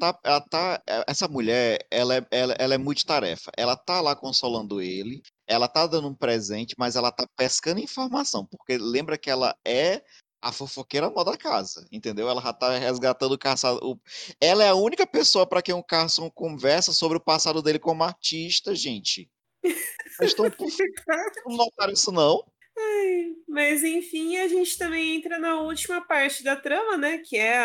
essa mulher, ela é multitarefa. Ela tá lá consolando ele, ela tá dando um presente, mas ela tá pescando informação, porque lembra que ela é a fofoqueira mó da casa, entendeu? Ela já tá resgatando o caçador. Ela é a única pessoa para quem o Carson conversa sobre o passado dele como artista, gente. Vocês não notaram isso, não? Mas enfim, a gente também entra na última parte da trama, né? Que é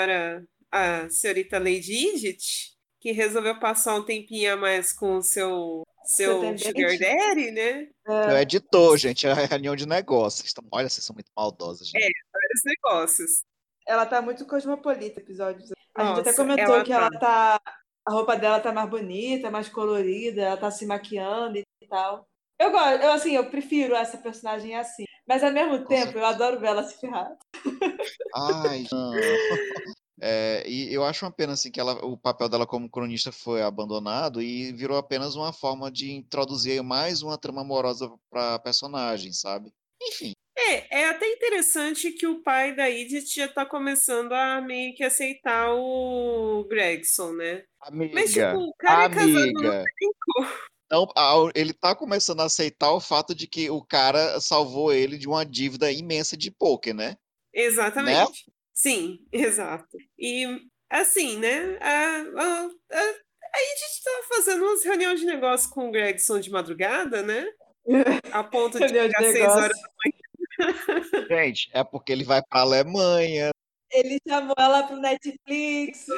a senhorita Lady Edith, que resolveu passar um tempinho a mais com o seu Sugar Pretendente. Daddy, né? Seu editor, gente, é reunião de negócios. Olha, vocês são muito maldosas, gente. Vários negócios. Ela tá muito cosmopolita, episódios. A gente até Nossa, comentou ela que tá. a roupa dela tá mais bonita, mais colorida, ela tá se maquiando e tal. Eu gosto, assim, eu prefiro essa personagem assim. Mas ao mesmo Com tempo, eu certeza. adoro ver ela se ferrar. Ai, não. E eu acho uma pena assim que o papel dela como cronista foi abandonado e virou apenas uma forma de introduzir mais uma trama amorosa para personagem, sabe? Enfim, É até interessante que o pai da Edith já tá começando a meio que aceitar o Gregson, né? Mas, tipo, amiga, o cara é casado não amiga. tem como. Não, ele tá começando a aceitar o fato de que o cara salvou ele de uma dívida imensa de poker, né? Né? Exatamente. Sim, exato. E assim, né? A gente tava fazendo umas reuniões de negócio com o Gregson de madrugada, né? A ponto de Reunião de ficar 6 horas. negócio. Gente, é porque ele vai pra Alemanha. Ele chamou ela pro Netflix.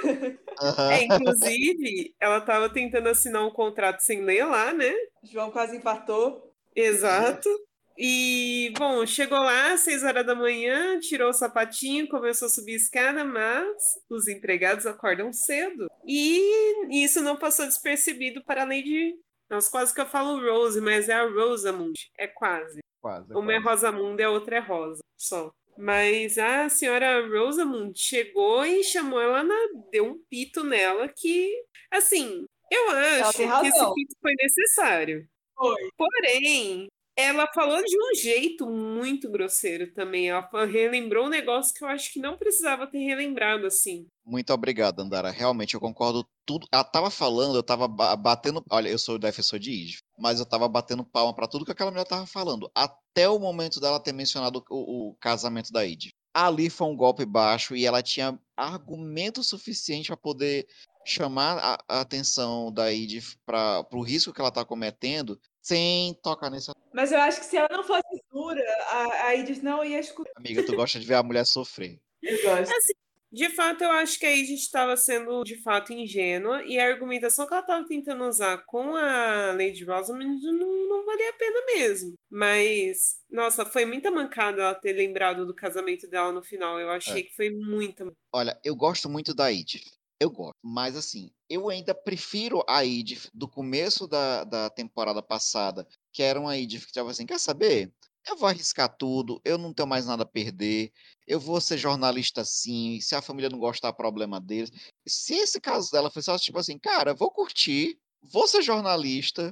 Inclusive, ela tava tentando assinar um contrato sem ler lá, né? João quase infartou. Exato. E, bom, chegou lá às 6 horas da manhã, tirou o sapatinho, começou a subir a escada, mas os empregados acordam cedo. E isso não passou despercebido para a Lady. Nossa, quase que eu falo Rose, mas é a Rosamund. É quase. Quase, Uma é quase. Rosamund, a outra é Rosa, só. Mas a senhora Rosamund chegou e chamou ela deu um pito nela que, assim, eu Ela acho tem que esse razão. pito foi necessário. Foi. Porém, Ela falou de um jeito muito grosseiro também. Ela relembrou um negócio que eu acho que não precisava ter relembrado assim. Muito obrigado, Andara. Realmente, eu concordo tudo. Ela tava falando, eu tava batendo. Olha, eu sou defensor de Eve, mas eu tava batendo palma pra tudo que aquela mulher tava falando. Até o momento dela ter mencionado o casamento da Eve. Ali foi um golpe baixo e ela tinha argumento suficiente para poder chamar a atenção da Eve para o risco que ela tá cometendo sem tocar nesse. Mas eu acho que se ela não fosse dura, a Idis não ia escutar. Amiga, tu gosta de ver a mulher sofrer. Eu gosto. Assim, de fato, eu acho que a Edith estava sendo, de fato, ingênua e a argumentação que ela estava tentando usar com a Lady Rosamund não valia a pena mesmo. Mas, nossa, foi muita mancada ela ter lembrado do casamento dela no final. Eu achei que foi muita. Olha, eu gosto muito da Edith. Eu gosto. Mas, assim, eu ainda prefiro a Edith do começo da temporada passada, que era uma Edith que estava assim, quer saber? Eu vou arriscar tudo, eu não tenho mais nada a perder, eu vou ser jornalista sim, se a família não gostar, problema deles. Se esse caso dela fosse só tipo assim, cara, vou curtir, vou ser jornalista,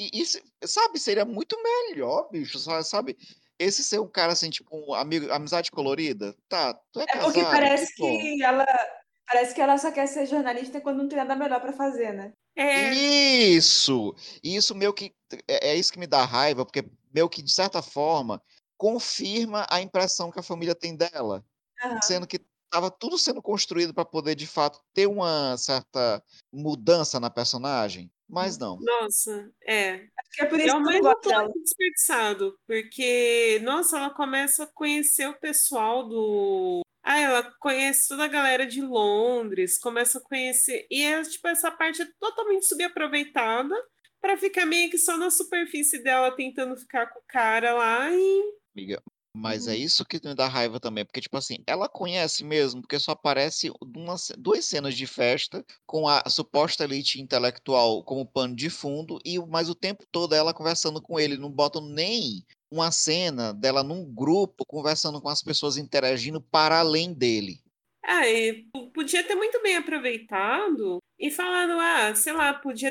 sabe, seria muito melhor, bicho, sabe? Esse ser um cara assim, tipo, um amigo, amizade colorida, tá, tu é É porque casado, que bom. parece que ela só quer ser jornalista quando não tem nada melhor pra fazer, né? É, Isso! Isso meio que é isso que me dá raiva, porque meio que, de certa forma, confirma a impressão que a família tem dela, Aham. sendo que estava tudo sendo construído para poder, de fato, ter uma certa mudança na personagem, mas não. nossa, é. Acho que é por E isso ao que eu não mesmo gosto dela. tempo desperdiçado, porque, nossa, ela começa a conhecer o pessoal do. Ah, ela conhece toda a galera de Londres, começa a conhecer. E é, tipo, essa parte é totalmente subaproveitada para ficar meio que só na superfície dela tentando ficar com o cara lá e. Amiga, mas é Uhum. isso que me dá raiva também, porque, tipo assim, ela conhece mesmo, porque só aparece duas cenas de festa com a suposta elite intelectual como pano de fundo, mas o tempo todo ela conversando com ele, não botam nem uma cena dela num grupo conversando com as pessoas interagindo para além dele. Ah, e podia ter muito bem aproveitado e falado, ah, sei lá, podia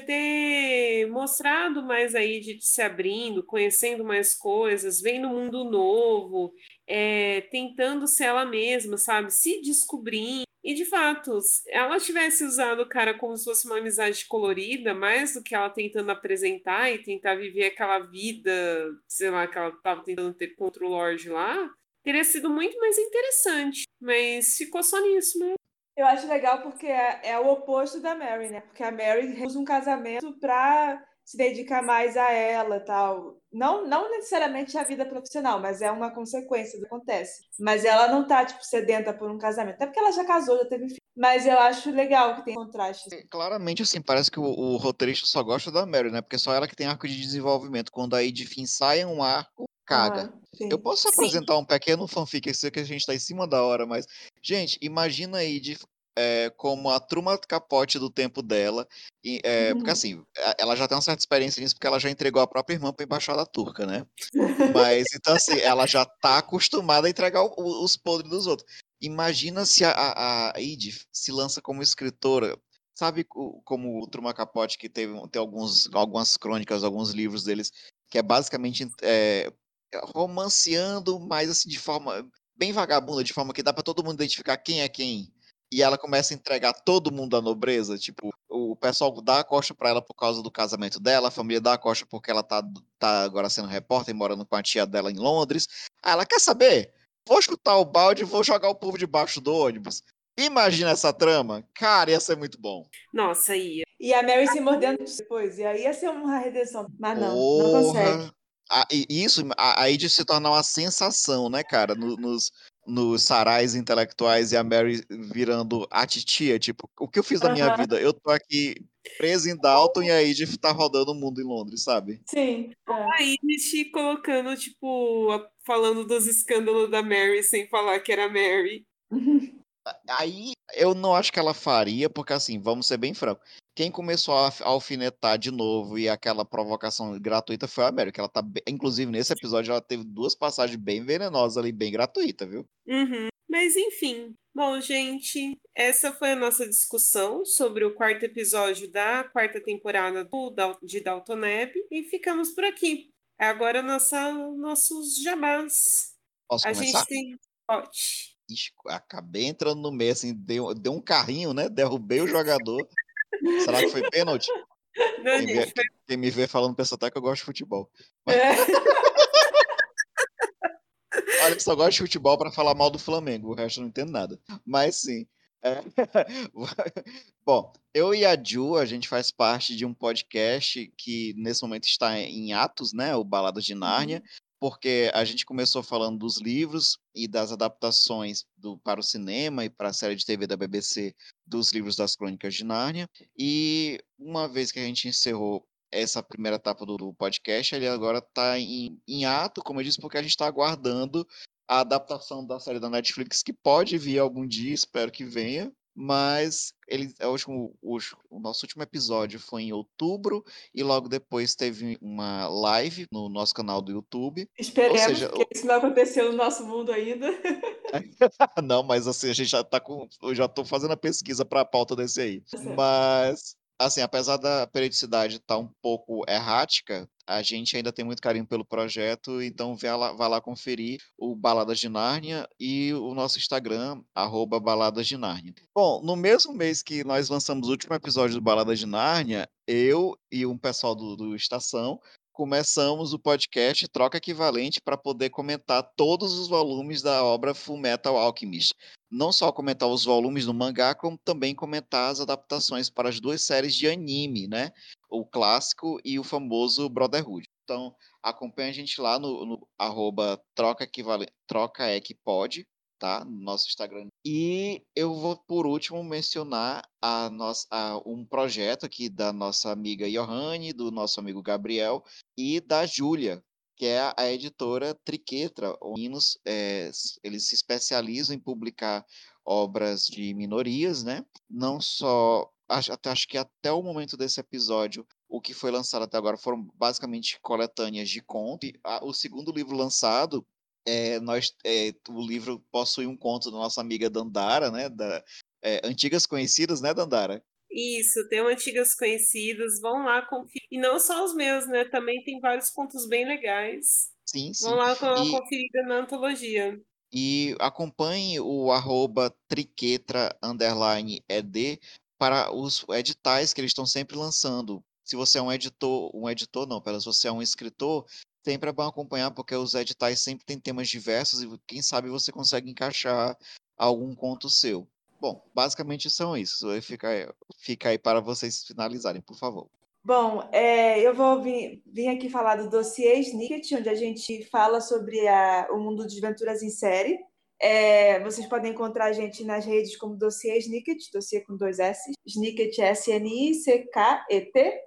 ter mostrado mais aí de se abrindo, conhecendo mais coisas, vendo um mundo novo, tentando ser ela mesma, sabe? Se descobrindo. E de fato, se ela tivesse usado o cara como se fosse uma amizade colorida, mais do que ela tentando apresentar e tentar viver aquela vida, sei lá, que ela estava tentando ter contra o Lorde lá. Teria sido muito mais interessante, mas ficou só nisso, né? Eu acho legal porque é o oposto da Mary, né? Porque a Mary usa um casamento pra se dedicar mais a ela, tal. Não necessariamente a vida profissional, mas é uma consequência do que acontece. Mas ela não tá, tipo, sedenta por um casamento. Até porque ela já casou, já teve filho. Mas eu acho legal que tem contraste. Claramente, assim, parece que o roteirista só gosta da Mary, né? Porque só ela que tem arco de desenvolvimento. Quando a Edith ensaia um arco, caga. Aham, Eu sim. posso Sim. apresentar um pequeno fanfic, eu sei que a gente tá em cima da hora, mas... Gente, imagina a Edith como a Truman Capote do tempo dela. Porque, assim, ela já tem uma certa experiência nisso, porque ela já entregou a própria irmã pra embaixada turca, né? Mas, então, assim, ela já tá acostumada a entregar os podres dos outros. Imagina se a Edith se lança como escritora. Sabe como o Truman Capote, que tem algumas crônicas, alguns livros deles, que é basicamente romanceando, mas assim, de forma bem vagabunda, de forma que dá pra todo mundo identificar quem é quem. E ela começa a entregar todo mundo à nobreza, tipo, o pessoal dá a costa pra ela por causa do casamento dela, a família dá a costa porque ela tá agora sendo repórter, morando com a tia dela em Londres. Aí ela quer saber? Vou chutar o balde e vou jogar o povo debaixo do ônibus. Imagina essa trama. Cara, ia ser muito bom. Nossa, ia. E a Mary se mordendo depois. E aí ia ser uma redenção. Mas não consegue. Porra! E isso, a Id se tornar uma sensação, né, cara? Nos sarais intelectuais e a Mary virando a titia. Tipo, o que eu fiz da minha Aham, vida? Eu tô aqui preso em Dalton e a Id tá rodando o mundo em Londres, sabe? sim. É. Aí te colocando, tipo, falando dos escândalos da Mary sem falar que era Mary. Aí eu não acho que ela faria, porque assim, vamos ser bem francos. Quem começou a alfinetar de novo e aquela provocação gratuita foi a América. Ela tá, inclusive, nesse episódio, ela teve duas passagens bem venenosas ali, bem gratuita, viu? Uhum. Mas enfim. Bom, gente, essa foi a nossa discussão sobre o quarto episódio da quarta temporada de Downton Abbey e ficamos por aqui. Agora nossos jabás. Posso A gente começar? tem. Pode. Ixi, acabei entrando no meio, assim, deu um carrinho, né? Derrubei o jogador. Será que foi pênalti? Não, gente, Quem me vê falando pensa até que eu gosto de futebol. É. Olha, eu só gosto de futebol para falar mal do Flamengo, o resto eu não entendo nada. Mas sim. é. Bom, eu e a Ju, a gente faz parte de um podcast que nesse momento está em atos, né? O Baladas de Nárnia, porque a gente começou falando dos livros e das adaptações para o cinema e para a série de TV da BBC dos livros das Crônicas de Nárnia. E uma vez que a gente encerrou essa primeira etapa do podcast, ele agora está em ato, como eu disse, porque a gente está aguardando a adaptação da série da Netflix, que pode vir algum dia, espero que venha, mas o nosso último episódio foi em outubro e logo depois teve uma live no nosso canal do YouTube. Ou Esperemos, seja, porque isso não aconteceu no nosso mundo ainda. não, mas assim, a gente já tá com. Eu já tô fazendo a pesquisa para a pauta desse aí. Tá certo. Mas, assim, apesar da periodicidade estar um pouco errática, a gente ainda tem muito carinho pelo projeto, então vai lá conferir o Baladas de Nárnia e o nosso Instagram, @Baladas de Nárnia. Bom, no mesmo mês que nós lançamos o último episódio do Baladas de Nárnia, eu e um pessoal do Estação começamos o podcast Troca Equivalente para poder comentar todos os volumes da obra Fullmetal Alchemist. Não só comentar os volumes do mangá, como também comentar as adaptações para as duas séries de anime, né? O clássico e o famoso Brotherhood. Então, acompanha a gente lá no @trocaequipod, tá? No nosso Instagram. E eu vou, por último, mencionar um projeto aqui da nossa amiga Johanne, do nosso amigo Gabriel e da Júlia, que é a editora Triquetra. Eles se especializam em publicar obras de minorias, né? Não só. Acho que até o momento desse episódio, o que foi lançado até agora foram basicamente coletâneas de conto. O segundo livro lançado o livro possui um conto da nossa amiga Dandara, né? Antigas Conhecidas, né, Dandara? Isso, tem antigas conhecidas, vão lá conferir. E não só os meus, né? Também tem vários contos bem legais. Sim, Vão sim. lá dar uma E, conferida na antologia. e acompanhe o @triquetra_ed para os editais que eles estão sempre lançando. Se você é um editor não, pera, se você é um escritor, sempre é bom acompanhar, porque os editais sempre têm temas diversos e quem sabe você consegue encaixar algum conto seu. Bom, basicamente são isso. Fica aí para vocês finalizarem, por favor. Bom, eu vou vir aqui falar do dossiê Snicket, onde a gente fala sobre o mundo de aventuras em série. Vocês podem encontrar a gente nas redes como dossiê Snicket, dossiê com 2 S, Snicket SNICKET.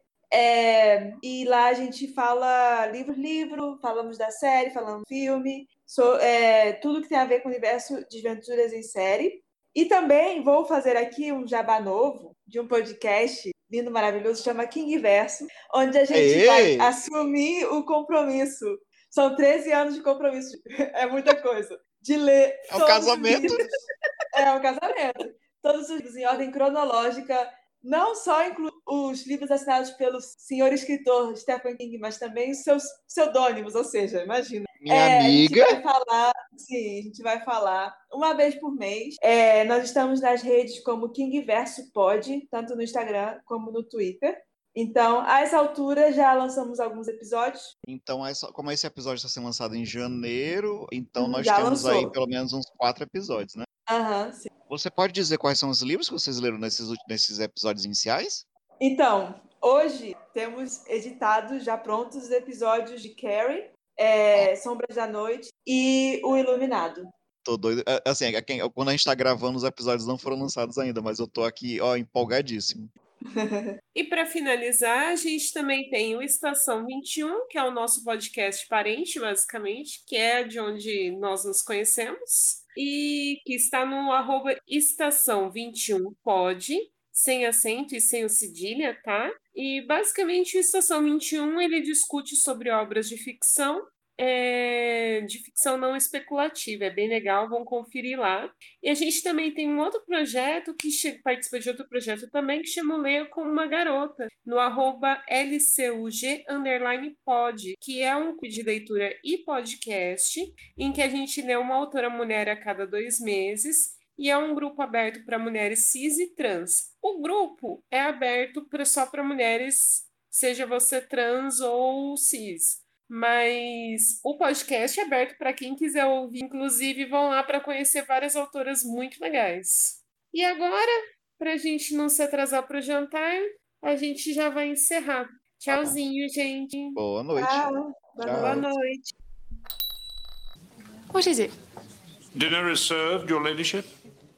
E lá a gente fala livro, falamos da série, falamos do filme, tudo que tem a ver com o universo de aventuras em série. E também vou fazer aqui um jabá novo de um podcast lindo, maravilhoso, chama King Verso, onde a gente vai assumir o compromisso. São 13 anos de compromisso. É muita coisa. De ler todos os livros. É um casamento. Todos os livros em ordem cronológica. Não só inclui os livros assinados pelo senhor escritor Stephen King, mas também os seus pseudônimos, ou seja, imagina. Minha amiga. A gente vai falar uma vez por mês. Nós estamos nas redes como King Verso Pod, tanto no Instagram como no Twitter. Então, a essa altura, já lançamos alguns episódios. Então, como esse episódio está sendo lançado em janeiro, então nós já temos lançou. aí pelo menos uns 4 episódios, né? Sim. Você pode dizer quais são os livros que vocês leram nesses episódios iniciais? Então, hoje temos editados, já prontos, os episódios de Carrie, Sombras da Noite e O Iluminado. Tô doido. Assim, quando a gente tá gravando, os episódios não foram lançados ainda, mas eu tô aqui, empolgadíssimo. E para finalizar, a gente também tem o Estação 21, que é o nosso podcast parente, basicamente, que é de onde nós nos conhecemos, e que está no @estação21pod, sem acento e sem o cedilha, tá? E basicamente o Estação 21 ele discute sobre obras de ficção de ficção não especulativa. É bem legal, vão conferir lá. E a gente também tem um outro projeto que participa de outro projeto também, que chama Leia como uma Garota, no @LCUG_pod, que é um clube de leitura e podcast, em que a gente lê uma autora mulher a cada 2 meses, e é um grupo aberto para mulheres cis e trans. O grupo é aberto só para mulheres, seja você trans ou cis. Mas o podcast é aberto para quem quiser ouvir. Inclusive, vão lá para conhecer várias autoras muito legais. E agora, para a gente não se atrasar para o jantar, a gente já vai encerrar. Tchauzinho, gente. Boa noite. Tchau. Boa noite. What is it? Dinner is served, Your Ladyship.